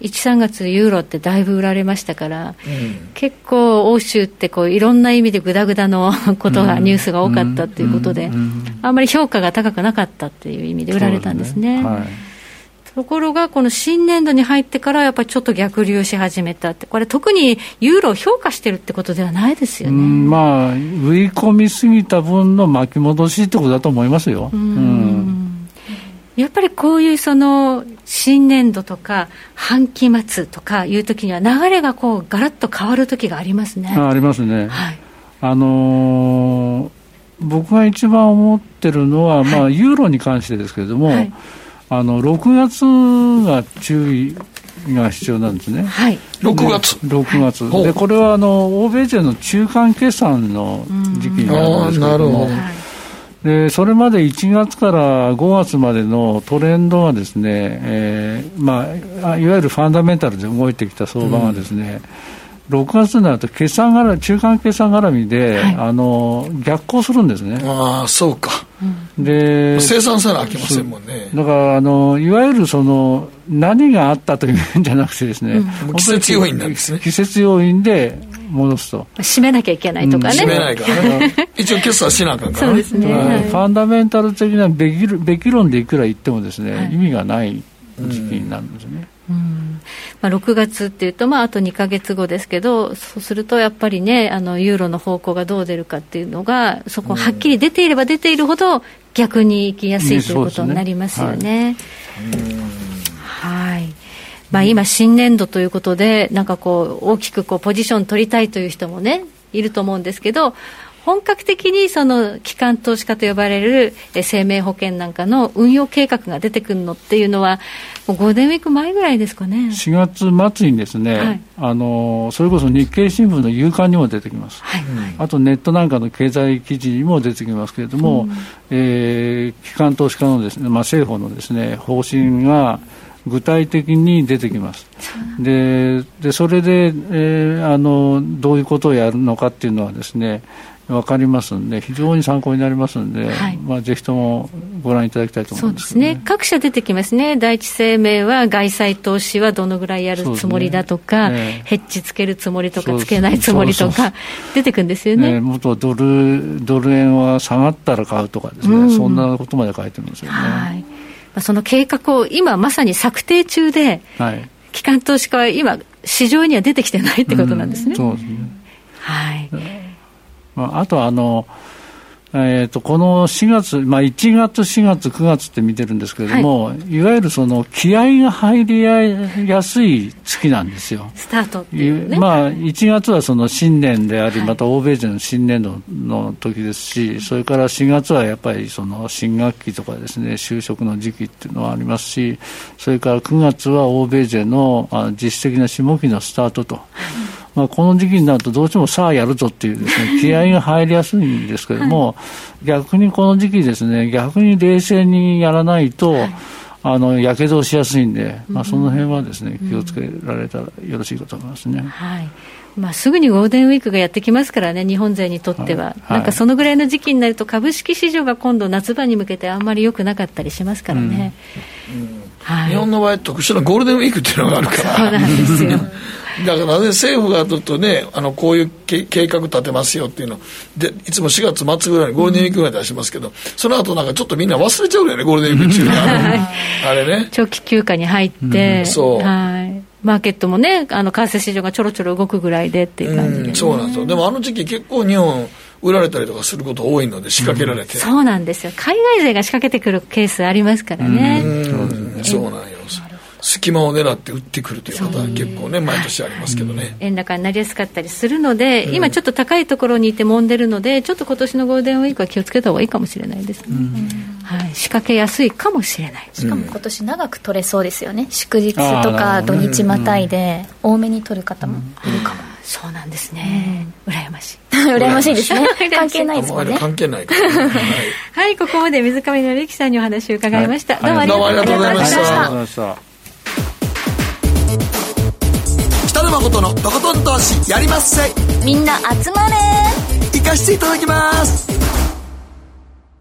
いち、さんがつユーロってだいぶ売られましたから、うん、結構欧州ってこういろんな意味でグダグダのことが、うん、ニュースが多かったということで、うんうん、あんまり評価が高くなかったっていう意味で売られたんですね。ところがこの新年度に入ってからやっぱりちょっと逆流し始めたって、これ特にユーロを評価してるってことではないですよね。うん、 まあ売り込みすぎた分の巻き戻しってことだと思いますよ。うん、うんやっぱりこういうその新年度とか半期末とかいう時には流れがこうガラッと変わる時がありますね。 あ、ありますね。はい、あのー、僕が一番思ってるのは、はい、まあユーロに関してですけれども、はい、あのろくがつが注意が必要なんですね。 はい、 ろくがつろくがつで、これはあの欧米勢の中間決算の時期になるんですけれども、でそれまでいちがつからごがつまでのトレンドがですね、えーまあ、いわゆるファンダメンタルで動いてきた相場がですね、うん、ろくがつになると決算絡み中間決算絡みで、はい、あの逆行するんですね。 ああ、そうか。 で生産さなあきませんもんね。 だからあのいわゆるその何があったというんじゃなくてですね、 うん、季節要因なんですね。 季節要因で戻すと締めなきゃいけないとかね、 うん、締めないからね一応決算しなあかんからね。 そうですね、はい、 ファンダメンタル的なべきべき論でいくら言ってもですね、はい、意味がない時期になるんですね。 うん、まあ、ろくがつっていうと、まあ、あとにかげつごですけど、そうするとやっぱりね、あのユーロの方向がどう出るかっていうのがそこはっきり出ていれば出ているほど逆に行きやすいということになりますよね。はい、まあ、今新年度ということでなんかこう大きくこうポジション取りたいという人もねいると思うんですけど、本格的にその機関投資家と呼ばれる生命保険なんかの運用計画が出てくるのっていうのはもうゴールデンウィーク前ぐらいですかね。 しがつまつにですね、はい、あのそれこそ日経新聞の夕刊にも出てきます、はい、あとネットなんかの経済記事にも出てきますけれども、うん、えー、機関投資家のですね、まあ、政府のですね方針が具体的に出てきます。で、でそれで、えー、あのどういうことをやるのかっていうのはですね分かりますので非常に参考になりますので、はい、まあ、ぜひともご覧いただきたいと思います、ね、 そうですね。各社出てきますね。第一生命は外債投資はどのぐらいやるつもりだとか、ね、ヘッジつけるつもりとかつけないつもりとか出てくるんですよね。 ね、元ドルドル円は下がったら買うとかですね、うん、そんなことまで書いてるんですよね。はい、まあ、その計画を今まさに策定中で、はい、機関投資家は今市場には出てきてないってことなんですね。うん、 そうですね。 はい。 まあ、あとあの、えー、とこのしがつ、まあ、いちがつしがつくがつって見てるんですけれども、はい、いわゆるその気合が入りやすい月なんですよ。 スタートっていうね。 まあ、いちがつはその新年であり、また欧米人の新年度の時ですし、それからしがつはやっぱりその新学期とかですね就職の時期っていうのはありますし、それからくがつは欧米人の実質的な下期のスタートと、まあ、この時期になるとどうしてもさあやるぞっていうですね気合が入りやすいんですけれども、はい、逆にこの時期ですね逆に冷静にやらないと、はい、あのやけどをしやすいんで、まあ、その辺はですね、うん、気をつけられたらよろしいかと思いますね。 はい、まあ、すぐにゴールデンウィークがやってきますからね、日本勢にとっては、はい、なんかそのぐらいの時期になると株式市場が今度夏場に向けてあんまり良くなかったりしますからね。 うんうん、はい、日本の場合特殊なゴールデンウィークっていうのがあるからそうなんですよだからね、政府がちょっとね、あのこういう計画立てますよっていうのでいつもしがつまつぐらいにゴールデンウィークぐらい出しますけど、うん、その後なんかちょっとみんな忘れちゃうよね、ゴールデンウィーク中にあれね、 長期休暇に入って、うん、そう、はい、マーケットもね、あの為替市場がちょろちょろ動くぐらいでっていう感じで、ね、うん、そうなんですよ。でもあの時期結構日本売られたりとかすること多いので仕掛けられて、うん、そうなんですよ。海外勢が仕掛けてくるケースありますからね。うん、 うん、そうなんよ。隙間を狙って売ってくるということは結構ね毎年ありますけどね、 円高になりやすかったりするので、うん、今ちょっと高いところにいて揉んでるので、ちょっと今年のゴールデンウィークは気をつけた方がいいかもしれないですね、うん、はい、仕掛けやすいかもしれない。 しかも今年長く取れそうですよね。祝日とか土日またいで多めに取る方もいるかも、うんうん、 そうなんですね、うん、羨ましい羨ましいですね関係ないですもんね。 関係ないから、ね、はい、 はい、ここまで水上紀之さんにお話を伺いました、 はい、どうもありがとうございました。 はい、 北野誠のとことん投資やりまっせ。 みんな集まれ。 行かしていただきます。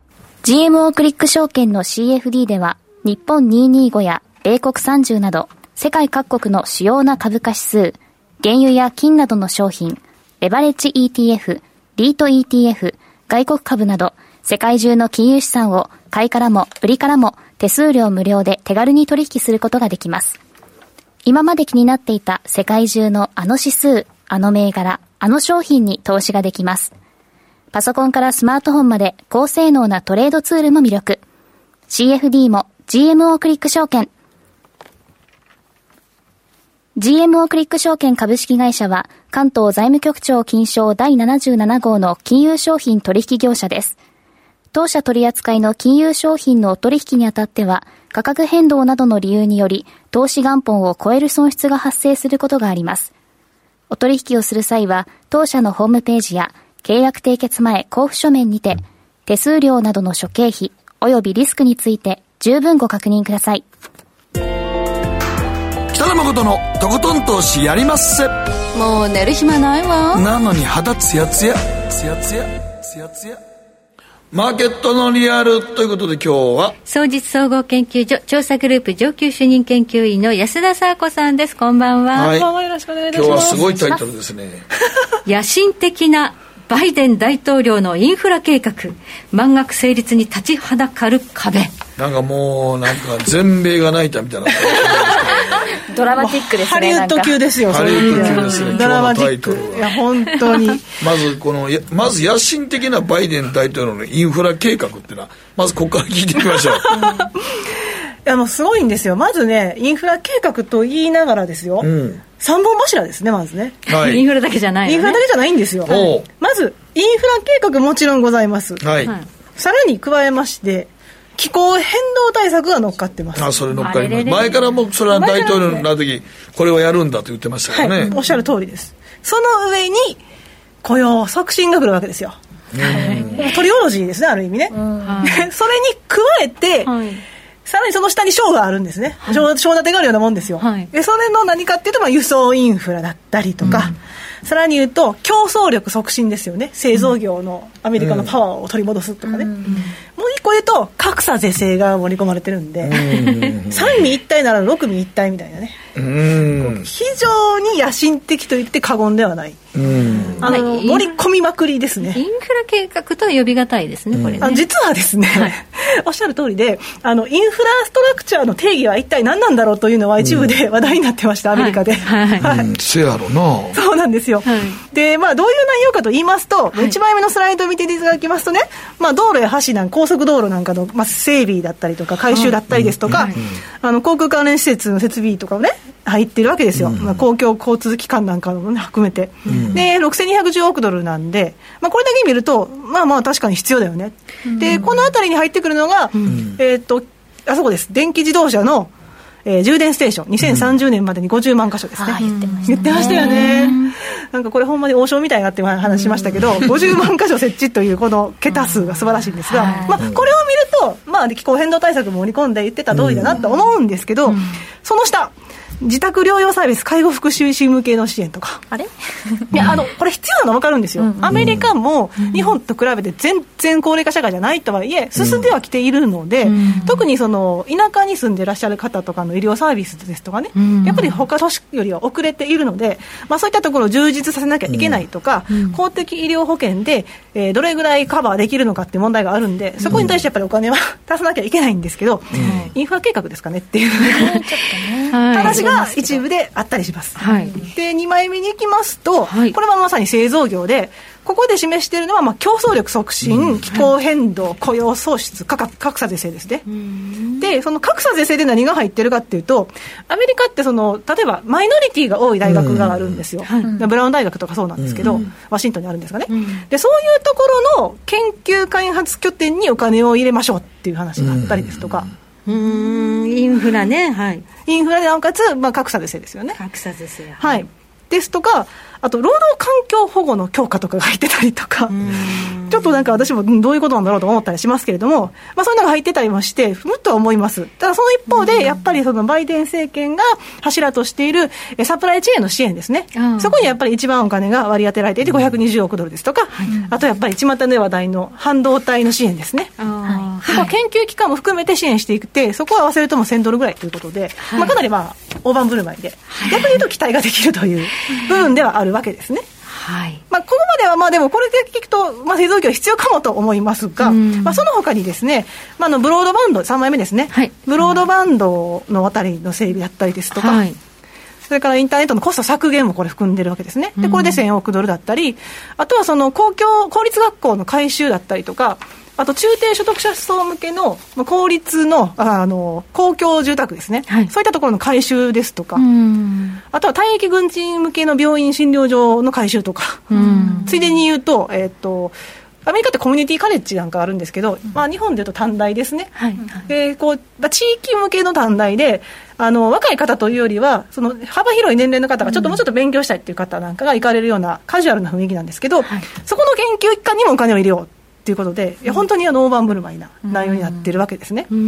ジーエムオー クリック証券の シーエフディー では日本にひゃくにじゅうごや米国さんじゅうなど世界各国の主要な株価指数、原油や金などの商品、レバレッジ イーティーエフ、リート イーティーエフ、外国株など、世界中の金融資産を買いからも売りからも手数料無料で手軽に取引することができます。今まで気になっていた世界中のあの指数、あの銘柄、あの商品に投資ができます。パソコンからスマートフォンまで高性能なトレードツールも魅力。シーエフディー も ジーエムオー クリック証券。ジーエムオー クリック証券株式会社は関東財務局長金賞だいななじゅうなな号の金融商品取引業者です。当社取扱いの金融商品のお取引にあたっては価格変動などの理由により投資元本を超える損失が発生することがあります。お取引をする際は当社のホームページや契約締結前交付書面にて手数料などの諸経費及びリスクについて十分ご確認ください。 北野誠のとことん投資やりまっせ。 もう寝る暇ないわ。 なのに肌ツヤツヤツヤツヤツヤツヤ。マーケットのリアルということで今日は双日総合研究所調査グループ上級主任研究員の安田沙子さんです。こんばんは。 はい、 こんばんは。よろしくお願いいたします。 今日はすごいタイトルですね。 野心的なバイデン大統領のインフラ計画、満額成立に立ちはだかる壁。 なんかもうなんか全米が泣いたみたいなドラマティックですね。 ハリウッド級ですよ。 ハリウッド級ですね。 ドラマティック。いや本当にまずこのまず野心的なバイデン大統領のインフラ計画っていうのはまずここから聞いてみましょう。 いやもうすごいんですよ。まずねインフラ計画と言いながらですよ、うん、三本柱ですね。まずね、 はい、インフラだけじゃない、ね、 インフラだけじゃないんですよ。まずインフラ計画もちろんございます、はい、さらに加えまして気候変動対策が乗っかってます。 あ、それ乗っかります。前からもそれは大統領になる時これをやるんだと言ってましたからね、 はい、おっしゃる通りです。その上に雇用促進が来るわけですよ。トリオロジーですね、ある意味ね。それに加えて、はい、さらにその下に賞があるんですね。はい、賞立てがあるようなもんですよ。はい、でそれの何かっていうと、まあ、輸送インフラだったりとか、うん、さらに言うと競争力促進ですよね。製造業のアメリカのパワーを取り戻すとかね、うんうん、もう一個言うと格差是正が盛り込まれてるんで、うん、三位一体なら六位一体みたいなね、うん、非常に野心的と言って過言ではない、うん、あの盛り込みまくりですね。 インフラ計画とは呼び難いですね、これね。 あ実はですね、はい、おっしゃる通りで、あのインフラストラクチャーの定義は一体何なんだろうというのは一部で話題になってました、うん、アメリカで、はいはいはい、うん、せやろな。そうなんですよ、はい、で、まあ、どういう内容かと言いますと、はい、いちまいめのスライドを見ていただきますとね、まあ、道路や橋なん高速道路なんかの、まあ、整備だったりとか改修だったりですとか、はい、あの航空関連施設の設備とかをね入ってるわけですよ、うん、まあ、公共交通機関なんかも、ね、含めて、うん、でろくせんにひゃくじゅうおくドルなんで、まあ、これだけ見るとまあまあ確かに必要だよね、うん、でこの辺りに入ってくるのが、うん、えー、っとあそこです。電気自動車の、えー、充電ステーションにせんさんじゅうねんまでにごじゅうまん箇所ですね、うん、言ってましたよね。なんかこれほんまに王将みたいなって話しましたけど、うん、ごじゅうまん箇所設置というこの桁数が素晴らしいんですが、うん、まあ、これを見ると、まあ、気候変動対策も盛り込んで言ってた通りだなと思うんですけど、うん、その下自宅療養サービス介護福祉士向けの支援とか、あれいやあのこれ必要なの分かるんですよ、うん、アメリカも日本と比べて全然高齢化社会じゃないとはいえ進んではきているので、うん、特にその田舎に住んでいらっしゃる方とかの医療サービスですとかね、うん、やっぱり他都市よりは遅れているので、まあ、そういったところを充実させなきゃいけないとか、うん、公的医療保険で、えー、どれぐらいカバーできるのかっていう問題があるんで、そこに対してやっぱりお金は出さなきゃいけないんですけど、うん、インフラ計画ですかねっていう、うん、ちょっとね話が一部であったりします、はい、でにまいめに行きますと、はい、これはまさに製造業で、ここで示しているのは、まあ、競争力促進、うん、気候変動、雇用創出、価格格差是正ですね。でその格差是正で何が入ってるかっていうと、アメリカってその例えばマイノリティが多い大学があるんですよ、うん、ブラウン大学とかそうなんですけど、うん、ワシントンにあるんですかね、うん、でそういうところの研究開発拠点にお金を入れましょうっていう話があったりですとか、 うーんインフラね、はい、 インフラでなおかつ、まあ、格差是正ですよね。 格差是正、 はい、ですとか、あと労働環境保護の強化とかが入ってたりとか、ちょっとなんか私もどういうことなんだろうと思ったりしますけれども、まあ、そういうのが入ってたりもしてむっとは思います。ただその一方でやっぱりそのバイデン政権が柱としているサプライチェーンの支援ですね、そこにやっぱり一番お金が割り当てられていてごひゃくにじゅうおくドルですとか、あとやっぱり巷で話題の半導体の支援ですね、はそこは研究機関も含めて支援していって、そこは合わせるともせんドルぐらいということで、はい、まあ、かなりまあ大盤振る舞いで、はい、逆に言うと期待ができるという部分ではあるわけですね。はい、まあ、ここまではまあでもこれで聞くと、まあ、製造業必要かもと思いますが、まあ、その他にですね、まあ、あのブロードバンドさんまいめですね、はい、ブロードバンドのあたりの整備だったりですとか、はい、それからインターネットのコスト削減もこれ含んでるわけですね。でこれでせんおくドルだったり、あとはその公共公立学校の改修だったりとか、あと中低所得者層向けの公立 の, あの公共住宅ですね、はい、そういったところの改修ですとか、あとは退役軍人向けの病院診療所の改修とか、ついでに言うと、えー、とアメリカってコミュニティカレッジなんかあるんですけど、まあ、日本でいうと短大ですね、はいはい、でこうまあ、地域向けの短大で、あの若い方というよりはその幅広い年齢の方がちょっともうちょっと勉強したいっていう方なんかが行かれるようなカジュアルな雰囲気なんですけど、はい、そこの研究機関にもお金を入れようということで、いや本当にあの大盤振る舞いな内容になっているわけですね。うん、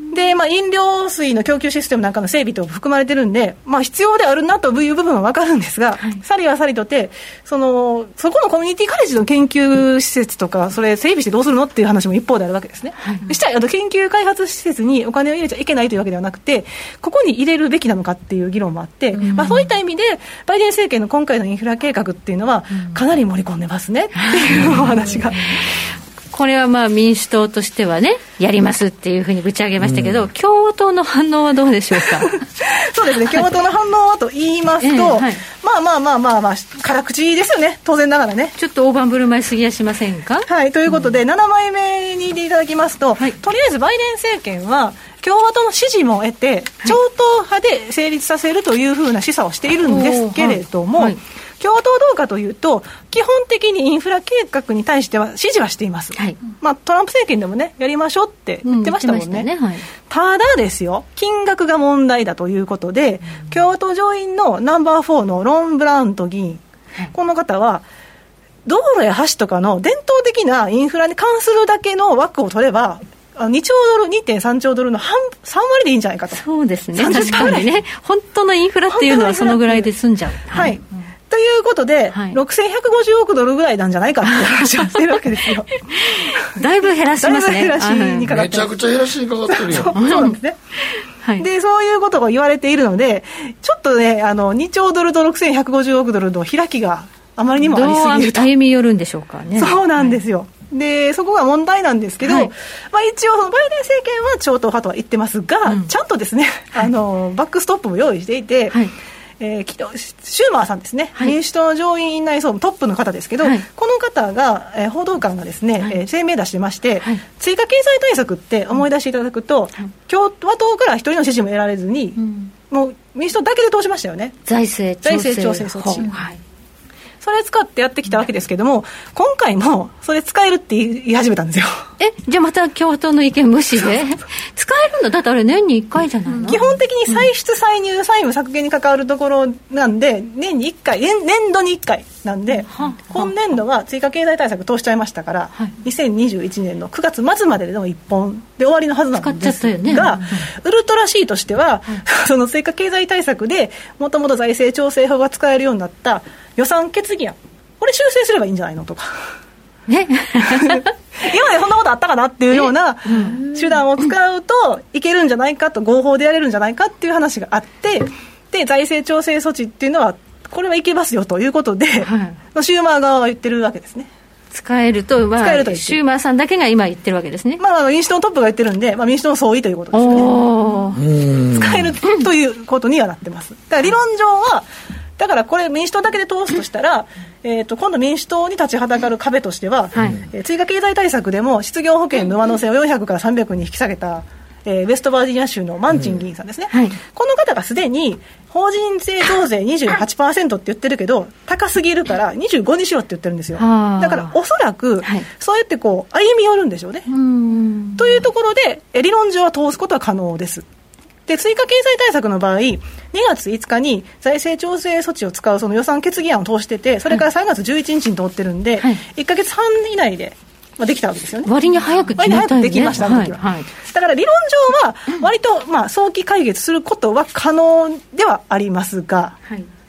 で、まあ、飲料水の供給システムなんかの整備と含まれてるんで、まあ、必要であるなという部分は分かるんですが、はい、さりはさりとてそのそこのコミュニティカレッジの研究施設とかそれ整備してどうするのっていう話も一方であるわけですね。はい、したらあの研究開発施設にお金を入れちゃいけないというわけではなくて、ここに入れるべきなのかっていう議論もあって、うん、まあ、そういった意味でバイデン政権の今回のインフラ計画っていうのはかなり盛り込んでますねっていうお話が、うん、 これはまあ民主党としてはねやりますっていうふうにぶち上げましたけど、うん、共和党の反応はどうでしょうか。 そうですね、共和党の反応はと言いますと、えーはい、まあまあまあまあまあ辛口ですよね、当然ながらね。 ちょっと大盤振る舞いすぎやしませんか。 はい、ということで、うん、ななまいめにでいただきますと、はい、とりあえずバイデン政権は共和党の支持も得て、超党派で成立させるというふうな示唆をしているんですけれども、はいはい、共和党どうかというと基本的にインフラ計画に対しては支持はしています。はい、まあ、トランプ政権でもねやりましょうって言ってましたもんね。うん、ね、はい、ただですよ、金額が問題だということで、うん、共和党上院のナンバーフォーのロン・ブラウント議員、はい、この方は道路や橋とかの伝統的なインフラに関するだけの枠を取ればにちょうドル にてんさんちょうドルの半さん割でいいんじゃないかと。 そうですね、確かにね、本当のインフラっていうのはそのぐらいで済んじゃう。 はい、はい、ということで、はい、ろくせんひゃくごじゅうおくドルぐらいなんじゃないかって話をしてるわけですよ。 だいぶ減らしますね。 だいぶ減らしにかかってる。 めちゃくちゃ減らしにかかってるよ。 そう、そうなんですね。はい、でそういうことが言われているので、ちょっとね、あのにちょうドルとろくせんひゃくごじゅうおくドルの開きがあまりにもありすぎると。 どう歩み寄るんでしょうかね。 そうなんですよ。はい、でそこが問題なんですけど、はい、まあ、一応そのバイデン政権は超党派とは言ってますが、うん、ちゃんとですね、はい、あのバックストップも用意していて、はい、えー、シューマーさんですね、はい、民主党の上院院内総務トップの方ですけど、はい、この方が、えー、報道官がですね、はい、えー、声明出してまして、はい、追加経済対策って思い出していただくと、はい、共和党から一人の支持も得られずに、うん、もう民主党だけで通しましたよね。 財政調整、 財政調整措置、はい、それ使ってやってきたわけですけども、今回もそれ使えるって言い始めたんですよ。 え、じゃあまた共和党の意見無視で使えるんだ。だってあれ年にいっかいじゃないの。 基本的に歳出歳入債務削減に関わるところなんで、年にいっかい、年, 年度にいっかいなんで、は今年度は追加経済対策通しちゃいましたから、はい、にせんにじゅういちねんのくがつまつまででのいっぽんで終わりのはずなんですが、使っちゃったよね。ウルトラ C としては、はい、その追加経済対策でもともと財政調整法が使えるようになった予算決議案、これ修正すればいいんじゃないのとかね、今までそんなことあったかなっていうような手段を使うといけるんじゃないかと、合法でやれるんじゃないかっていう話があって、で財政調整措置っていうのはこれはいけますよということで、はい、シューマー側は言ってるわけですね。 使えると、まあ、使えるとシューマーさんだけが今言ってるわけですね。 まあ、民主党のトップが言ってるんで、まあ、民主党の総意ということですね。使えるということにはなってます。だから理論上はだからこれ民主党だけで通すとしたら、えー、と今度民主党に立ちはだかる壁としては、はい、えー、追加経済対策でも失業保険の上乗せをよんひゃくからさんびゃくに引き下げた、えー、ウェストバージニア州のマンチン議員さんですね、うん、はい、この方がすでに法人税増税 にじゅうはちパーセント って言ってるけど高すぎるからにじゅうごにしろって言ってるんですよ。だからおそらく、はい、そうやってこう歩み寄るんでしょうね。うーんというところで理論上は通すことは可能です。で追加経済対策の場合にがついつかに財政調整措置を使うその予算決議案を通してて、それからさんがつじゅういちにちに通ってるんで、はい、いっかげつはん以内で、まあ、できたわけですよね。 割に早く決めたいね。割に早くできました、あの時は、はいはい、 だから理論上は割と、まあ、早期解決することは可能ではありますが、はい、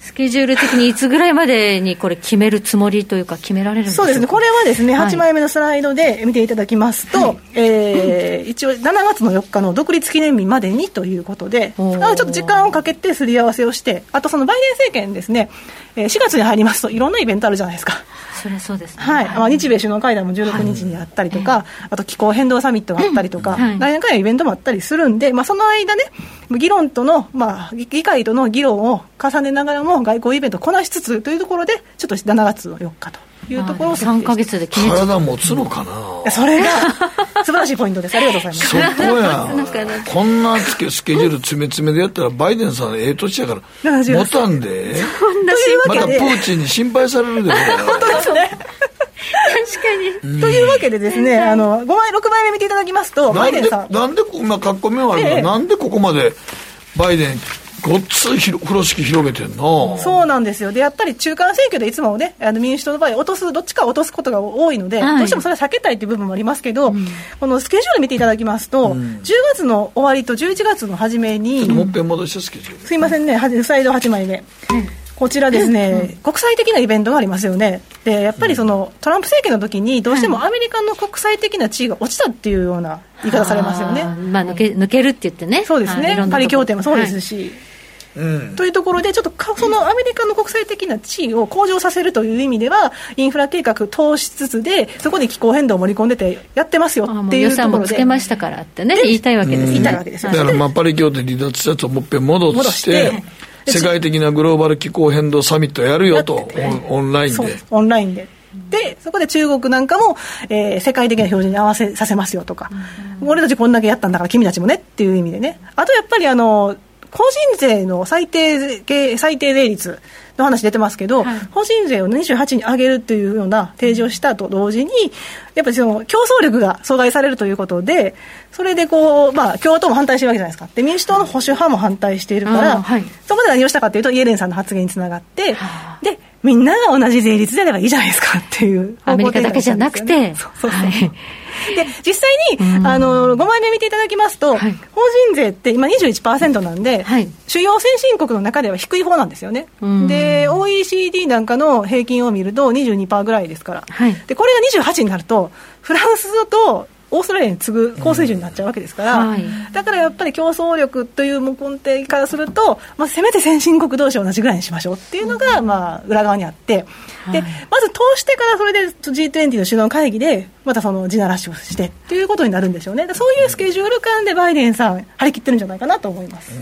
スケジュール的にいつぐらいまでにこれ決めるつもりというか決められるんでしょうか。 そうですね、これはですね、はい、はちまいめのスライドで見ていただきますと、はい、えー、一応しちがつのよっかの独立記念日までにということで、ちょっと時間をかけてすり合わせをして、あとそのバイデン政権ですね、しがつに入りますといろんなイベントあるじゃないですか。 それはそうですね、 はい、まあ、日米首脳会談もじゅうろくにちにあったりとか、はい、あと気候変動サミットがあったりとか、はい、来年からのイベントもあったりするんで、まあ、その間ね、議論との、まあ、議会との議論を重ねながらも外交イベントをこなしつつというところで、ちょっとしちがつのよっかというところをさんかげつで決め体持つのかな。 それが素晴らしいポイントです。ありがとうございます。 そこやこんなスケ、スケジュール詰め詰めでやったらバイデンさんええ年やから持たんで、またプーチンに心配されるで本当ですね確かに、うん、というわけでですね、あのごまいろくまいめ見ていただきますと、バイデンさんなんで今かっこめはあるから、ええ、なんでここまでバイデンごっつい風呂敷広げてんの。 そうなんですよ。でやっぱり中間選挙でいつもね、あの民主党の場合落とすどっちか落とすことが多いので、はい、どうしてもそれは避けたいという部分もありますけど、うん、このスケジュール見ていただきますと、うん、じゅうがつの終わりとじゅういちがつの初めに、 ちょっともう一遍戻してスケジュール、 すいませんね、スライドはちまいめ、うん、こちらですね、うん、国際的なイベントがありますよね。でやっぱりそのトランプ政権の時にどうしてもアメリカの国際的な地位が落ちたっていうような言い方されますよね。 まあ、抜け、抜けるって言ってね。 そうですね、パリ協定もそうですし、はい、うん、というところでちょっとそのアメリカの国際的な地位を向上させるという意味ではインフラ計画投資しつつでそこに気候変動を盛り込んでてやってますよっていうところで、予算もつけましたからってね言いたいわけですね。 言いたいわけですよ。 だからまあパリ協定離脱したやつをもう一遍戻して世界的なグローバル気候変動サミットやるよと、オンラインで。 そうです、オンラインで。でそこで中国なんかも、えー、世界的な標準に合わせさせますよとか、うん、俺たちこんだけやったんだから君たちもねっていう意味でね。あとやっぱりあの法人税の最低最低税率の話出てますけど、はい、法人税をにじゅうはちに上げるというような提示をしたと同時にやっぱりその競争力が阻害されるということで、それでこう、まあ、共和党も反対してるわけじゃないですか。で民主党の保守派も反対しているから、はい、そこで何をしたかというとイエレンさんの発言につながって、はい、でみんなが同じ税率であればいいじゃないですかっていうアメリカだけじゃなくて、 そうそうそう、はい、で実際にあのごまいめ見ていただきますと、はい、法人税って今 にじゅういちパーセント なんで、はい、主要先進国の中では低い方なんですよね。で オーイーシーディー なんかの平均を見ると にじゅうにパーセント ぐらいですから、はい、でこれがにじゅうはちになるとフランスとオーストラリアに次ぐ高水準になっちゃうわけですから、うんはい、だからやっぱり競争力という根底からすると、まあ、せめて先進国同士同じぐらいにしましょうっていうのが、まあ、裏側にあって、はい、でまず通してからそれで ジーにじゅう の首脳会議でまたその地ならしをしてっていうことになるんでしょうね。そういうスケジュール感でバイデンさん張り切ってるんじゃないかなと思います、うん、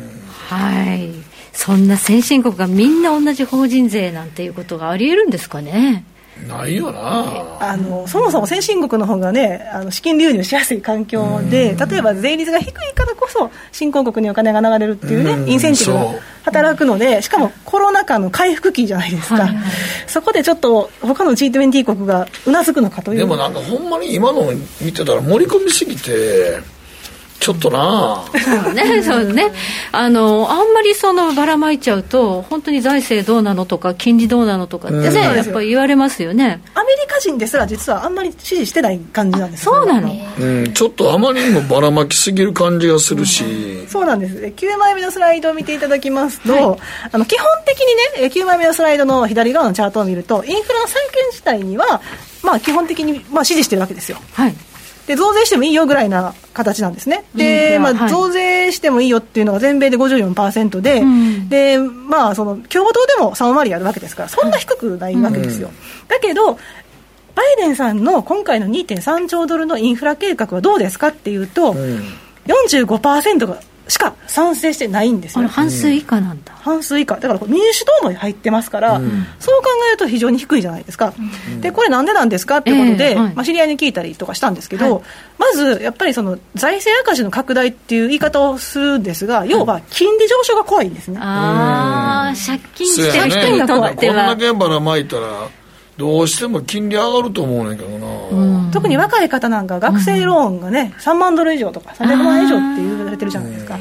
はい。そんな先進国がみんな同じ法人税なんていうことがあり得るんですかね。 ないよな。 あのそもそも先進国の方がね、あの資金流入しやすい環境で、例えば税率が低いからこそ新興国にお金が流れるっていうね、インセンティブが働くので、しかもコロナ禍の回復期じゃないですか、はいはい、そこでちょっと他の ジーにじゅう 国がうなずくのかという。 でもなんかほんまに今の見てたら盛り込みすぎてちょっとなそうね、そうね。あのあんまりそのばらまいちゃうと本当に財政どうなのとか金利どうなのとかってね、やっぱり言われますよね。 アメリカ人ですら実はあんまり支持してない感じなんですよ。 そうなの、 うん、ちょっとあまりにもばらまきすぎる感じがするし、 うん、そうなんです。きゅうまいめのスライドを見ていただきますと、はい、あの基本的にねきゅうまいめのスライドの左側のチャートを見るとインフラの債券自体には、まあ、基本的に、まあ、支持してるわけですよ。はい。で増税してもいいよぐらいな形なんですね。で、まあ、増税してもいいよっていうのが全米で ごじゅうよんパーセント で、うん、で、まあ、その共和党でもさん割あるわけですからそんな低くないわけですよ、うん、だけどバイデンさんの今回の にてんさんちょうドルのインフラ計画はどうですかっていうと、うん、よんじゅうごパーセント がしか賛成してないんですよ。 あの半数以下なんだ、 うん、半数以下だから民主党も入ってますから、うん、そう考えると非常に低いじゃないですか、うん、でこれなんでなんですかってことで、えーはいまあ、知り合いに聞いたりとかしたんですけど、はい、まずやっぱりその財政赤字の拡大っていう言い方をするんですが、要は金利上昇が怖いんですね、 うん、ああ借金してる人にとっては、 こんだけばらまいたらどうしても金利上がると思うねんけどな、 うん、特に若い方なんか学生ローンがね、うん、さんまんドル以上とかさんびゃくまん以上って言われてるじゃないですか。あ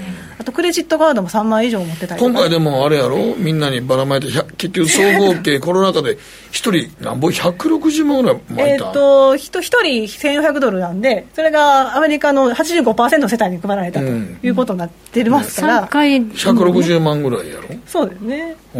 とクレジットカードもさんまい以上持ってたりとか、 今回でもあれやろ、みんなにばらまいて結局総合計コロナ禍でひとりなんぼひゃくろくじゅうまんぐらい巻いた。 えー、っとひとりせんよんひゃくドルなんで、それがアメリカの はちじゅうごパーセント の世帯に配られたということになってますから、うん、 さんかいひゃくろくじゅうまんぐらいやろ。 そうですね、うん、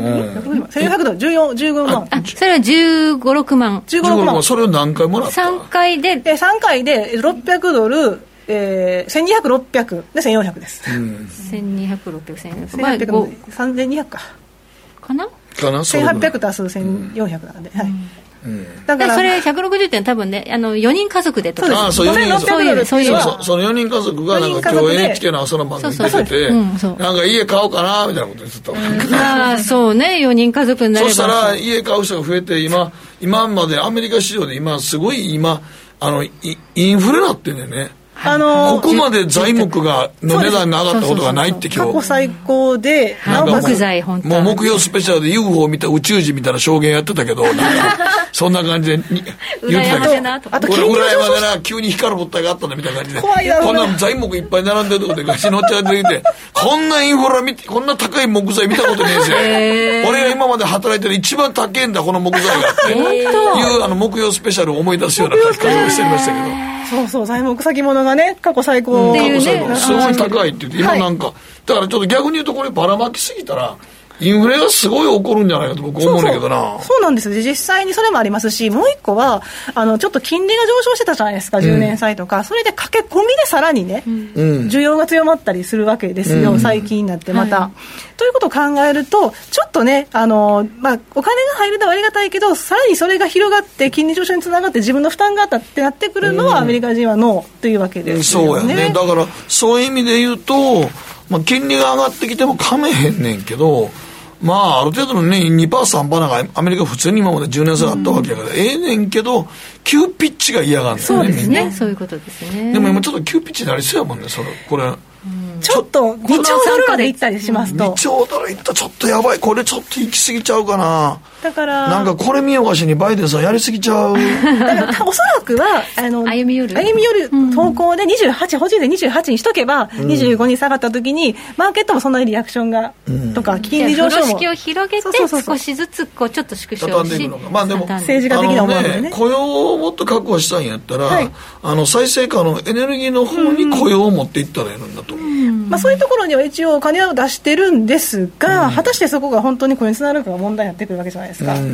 せんよんひゃくドルじゅうよん、じゅうごまん。 あ、それはじゅうご、ろくまん。 じゅうご、ろくまん。 それを何回もらった？ さんかいでさんかいでろっぴゃくドル、えー、せんにひゃく、ろっぴゃくでせんよんひゃくです、うん、せんにひゃく、ろっぴゃく、せんよんひゃく、まあ、さんぜんにひゃくかかなかな、 せんはっぴゃく足すせんよんひゃくなんで、うん、はい、 うん、 だからそれひゃくろくじゅうてん多分ね、あのよにん家族でとか、 そうです、そういうそういうそ, そのよにん家族がなんか今日 エヌエイチケー の朝の番組出てて、なんか家買おうかなみたいなこと言ってた、うん、 ああそうね、よにん家族になれば、 そしたら家買う人が増えて、今今までアメリカ市場で今すごい今あのインフレなってんだよね。あのー、ここまで材木がの値段が上がったことがないって今日過去最高で、 なんか木材本当もう木曜スペシャルで ユーフォー 見た宇宙人みたいな証言やってたけど、なんかそんな感じで言ってたけど、あと裏山でな急に光る物体があったんだみたいな感じで、こんな材木いっぱい並んでるとこでガシ乗っちゃってきて、こんなインフラ見て、こんな高い木材見たことねえですよ、えー、俺が今まで働いてる一番高いんだこの木材がっていうあの木曜スペシャルを思い出すような書き方をしてましたけど、 そうそう、材木先物がね過去最高、 うん、過去最高すごい高いって言って今なんか、はい、だからちょっと逆に言うとこればらまきすぎたらインフレがすごい起こるんじゃないかと僕思うんだけどな。 そうそう、そうなんですよ。実際にそれもありますし、もう一個はあのちょっと金利が上昇してたじゃないですか、じゅうねん債とか、うん、それで駆け込みでさらにね、うん、需要が強まったりするわけですよ、うん、最近になってまた、はい、ということを考えるとちょっとね、あの、まあ、お金が入るのはありがたいけど、さらにそれが広がって金利上昇につながって自分の負担があったってなってくるのは、うん、アメリカ人はノーというわけですよね。 そうやね。だからそういう意味で言うと、まあ、金利が上がってきてもかめへんねんけど、まあ、ある程度のね にパーセント、さんパーセント なんかアメリカ普通に今までじゅうねん差があったわけやから、うん、ええねんけど急ピッチが嫌がるんだよね。 そうですね、そういうことですね。 でも今ちょっと急ピッチになりそうやもんね、それこれ、うん、 ちょっとにちょうドルまでいったりしますと、 にちょうドルいったらちょっとやばい、これちょっと行き過ぎちゃうかな。 だからなんかこれ見よがしにバイデンさんやりすぎちゃう。 だからおそらくはあの歩み寄る歩み寄る投稿でにじゅうはち、法人でにじゅうはちにしとけば、うん、にじゅうごに下がった時にマーケットもそんなにリアクションが、うん、とか金利上昇も風呂敷を広げて少しずつこうちょっと縮小し、 まあでも政治家的な思いでね、 ね、雇用をもっと確保したいんやったら、はい、あの再生可能エネルギーの方に雇用を持っていったらいいんだと思う、うん、まあ、 そういうところには一応お金を出してるんですが、うん、果たしてそこが本当に雇用につながるかが問題になってくるわけじゃないですか、うん、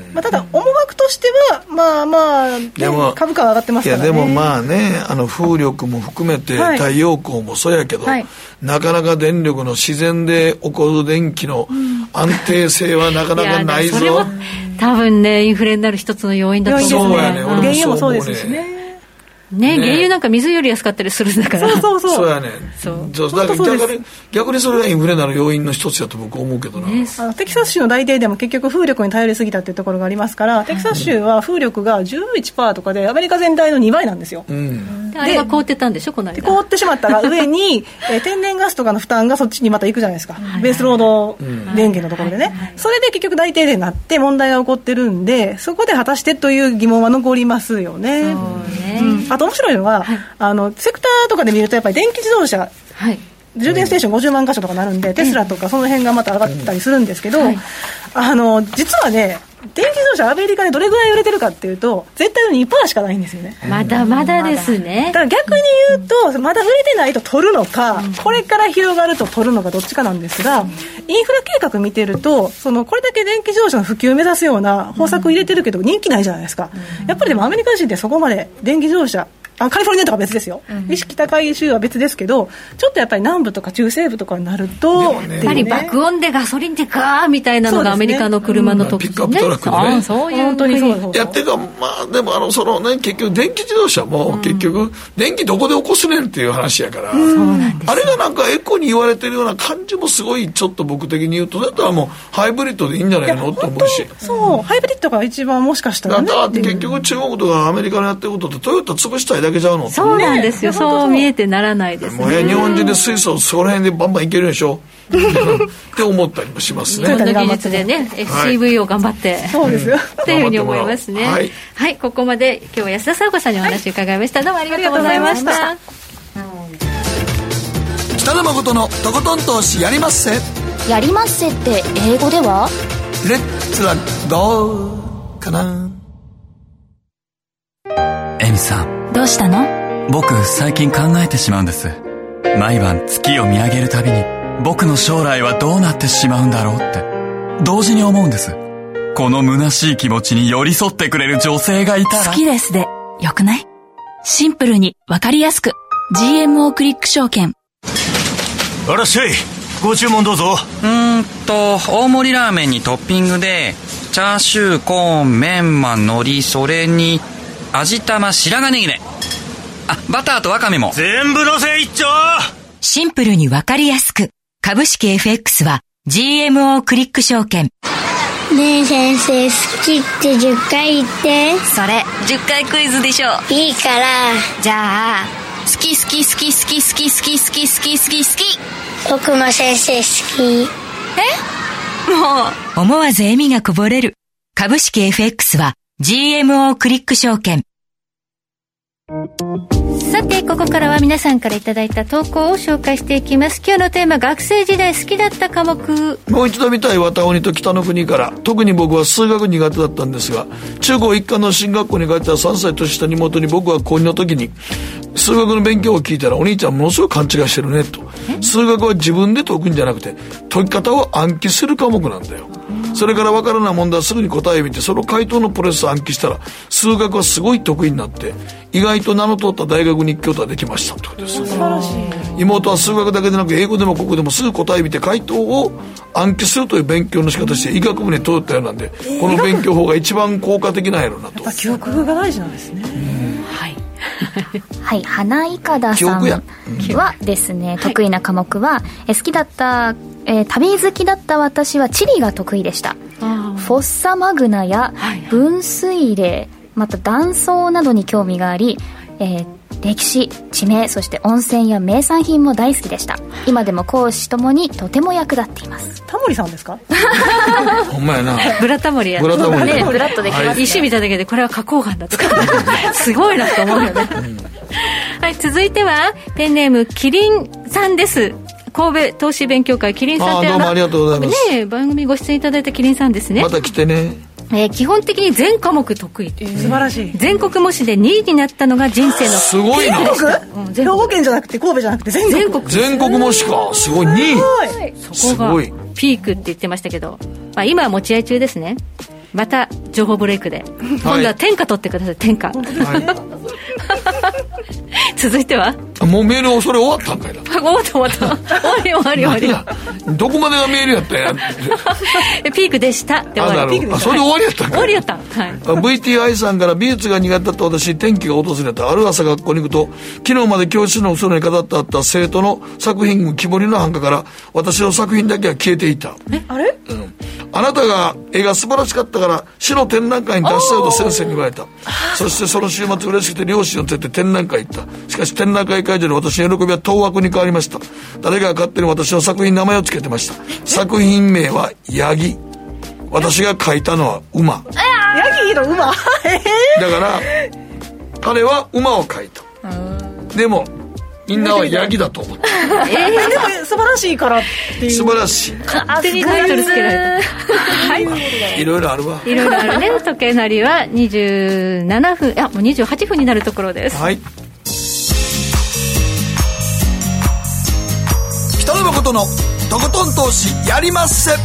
まあ、ただ思惑としてはまあまあ、ね、株価は上がってますからね。 いやでもまあね、あの風力も含めて太陽光もそうやけど、はい、なかなか電力の自然で起こる電気の安定性はなかなかないぞ。いやそれは多分ねインフレになる一つの要因だと思う。 そうやね、俺もそう思うね。 原油もそうですしね。 ね、原油なんか水より安かったりするんだから。 そうそうそう。 そうやね。そうそうだから逆に逆にそれがインフレなる要因の一つだと僕は思うけどな、ね、 あのテキサス州の大停電も結局風力に頼りすぎたっていうところがありますから、テキサス州は風力が じゅういちパーセント とかでアメリカ全体のにばいなんですよ、うん、 であれが凍ってたんでしょこの間。 凍ってしまったが上に、えー、天然ガスとかの負担がそっちにまた行くじゃないですか、はい、ベースロード電源のところでね、はいはいはい、それで結局大停電になって問題が起こってるんで、そこで果たしてという疑問は残りますよね。そうね、うん、あと面白いのは、はい、あのセクターとかで見るとやっぱり電気自動車、はい、充電ステーションごじゅうまん箇所とかなるんで、うん、テスラとかその辺がまた上がったりするんですけど、うんはい、あの実はね電気自動車アメリカでどれぐらい売れてるかっていうと絶対の にパーセント しかないんですよね。 まだまだですね。 だから逆に言うとまだ売れてないと取るのか、うん、これから広がると取るのかどっちかなんですが、うん、インフラ計画見てるとそのこれだけ電気自動車の普及を目指すような方策入れてるけど人気ないじゃないですか、うん、やっぱりでもアメリカ人ってそこまで電気自動車あカリフォルニアとか別ですよ、うん、意識高い州は別ですけどちょっとやっぱり南部とか中西部とかになると、 ね、やっぱり爆音でガソリンでガーみたいなのがアメリカの車の特徴ね、 うんまあ、ピックアップトラックでね、 そういう本当にそうそうやってかまあでもあのそのね結局電気自動車も結局、うん、電気どこで起こすねんっていう話やから、うん、あれがなんかエコに言われてるような感じもすごいちょっと僕的に言うとだったらもうハイブリッドでいいんじゃないのと思うし、 そうハイブリッドが一番もしかしたらねだって結局中国とかアメリカのやってることってトヨタ潰したいだけちゃうのってそうなんですよ、ね、そう見えてならないですね。 もう日本人で水素そこら辺でバンバンいけるでしょって思ったりもしますね。 日本の技術でね エフシーブイ を頑張って、はい、 そうですよっていうふうに思いますね。はい、はい、ここまで今日は安田沙子さんにお話を伺いました、はい、どうもありがとうございました。 北野誠のとことん投資やりまっせ。 やりまっせって英語ではレッツラゴーかな。 エミさん、 どうしたの？ 僕最近考えてしまうんです。毎晩月を見上げるたびに僕の将来はどうなってしまうんだろうって同時に思うんです。この虚しい気持ちに寄り添ってくれる女性がいたら。 好きですでよくない？シンプルにわかりやすく ジーエムオー クリック証券。 あらっしゃい、ご注文どうぞ。 うーんと大盛りラーメンにトッピングでチャーシュー、コーン、メンマ、海苔、それに味玉、白髪ネギね。あ、バターとワカメも全部のせ一丁。 シンプルにわかりやすく株式 エフエックス は ジーエムオー クリック証券。 ねえ先生、好きってじゅっかい言って。 それじゅっかいクイズでしょ。 いいから。 じゃあ好き好き好き好き好き好き好き好き好き好き。 僕も先生好き。 え？もう思わず笑みがこぼれる。株式 エフエックス は ジーエムオー クリック証券。 さてここからは皆さんからいただいた投稿を紹介していきます。今日のテーマ、学生時代好きだった科目。 もう一度見たい綿鬼と北の国から。特に僕は数学苦手だったんですが、中高一貫の進学校に通ったさんさい年下の妹に僕は高にの時に数学の勉強を聞いたら、お兄ちゃんものすごい勘違いしてるねと。数学は自分で解くんじゃなくて解き方を暗記する科目なんだよ。それから分からない問題はすぐに答えを見て、その回答のプロセスを暗記したら数学はすごい得意になって意外と名の通った大学に行くことができましたってことです。素晴らしい。妹は数学だけでなく英語でも国語でもすぐ答えを見て回答を暗記するという勉強の仕方して医学部に通ったようなんで、この勉強法が一番効果的なんやろうなと。 やっぱ記憶が大事なんですね。 はいはい、花いかださんはですね、得意な科目は、え好きだった、えー、旅好きだった私は地理が得意でした。フォッサマグナや分水嶺、また断層などに興味があり、えー、歴史、地名、そして温泉や名産品も大好きでした。今でも講師ともにとても役立っています。 タモリさんですか？ ほんまやな。 ブラタモリやブラタモリ、 ね、ブラッとできますね、はい、 石見ただけでこれは花崗岩だとかすごいなと思うよね、うん、はい、続いてはペンネームキリンさんです。神戸投資勉強会キリンさんって、 あどうもありがとうございます、 ね、番組ご出演いただいたキリンさんですね。 また来てね。 えー、基本的に全科目得意、 えー、素晴らしい。 全国模試でにいになったのが人生のすごいな。 全国、うん、兵庫県じゃなくて神戸じゃなくて全国全国全国模試か。すごい。にい、 そこがピークって言ってましたけど、まあ、今は持ち合い中ですね。また情報ブレイクで、はい、今度は天下取ってください。天下、はい、続いてはもうメールそれ終わったんかいな。 終わった終わった終わり終わり終わりどこまでがメールやったんやピークでしたって終わり。 あ、それで終わりやったんかい。 終わりやった、はい、 ブイティーアイ さんから美術が苦手だった私、天気が訪れたある朝学校に行くと、昨日まで教室の後ろに飾ってあった生徒の作品木彫りの版画から私の作品だけは消えていた。 えあれ、 うん、あなたが絵が素晴らしかったから市の展覧会に出したよと先生に言われた。そしてその週末嬉しくて両親を連れて展覧会行った。しかし展覧会会場で私の喜びは当惑に変わりました。誰かが勝手に私の作品に名前を付けてました。作品名はヤギ、私が描いたのは馬。 ヤギの馬だから彼は馬を描いた。でもみんなはヤギだと思って、 えー、でも素晴らしいからっていう。 素晴らしい。 勝手にタイトルつけられたはい、 いろいろあるわ。 いろいろあるね。時計なりはにじゅうななふん、いやもうにじゅうはっぷんになるところです。 はい。北野誠のとことん投資やりまっせ。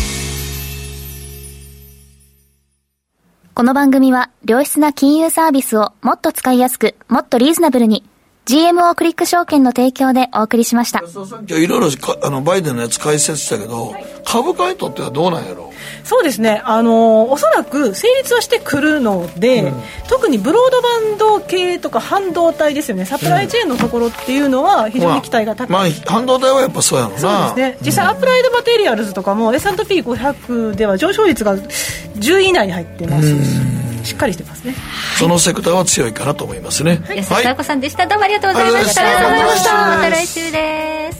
この番組は良質な金融サービスをもっと使いやすく、もっとリーズナブルに、ジーエムオー クリック証券の提供でお送りしました。 いろいろあのバイデンのやつ解説したけど、株価にとってはどうなんやろう。 そうですね、あのおそらく成立はしてくるので、うん、特にブロードバンド系とか半導体ですよね、サプライチェーンのところっていうのは非常に期待が高い、 まあまあ、半導体はやっぱそうやろうな。 そうですね、実際アプライドマテリアルズとかも エスアンドピーごひゃく では上昇率がじゅうい以内に入ってますし、しっかりしてますね。 そのセクターは強いかなと思いますね。 安田紗子さんでした。どうもありがとうございました。 ありがとうございました。 また来週です。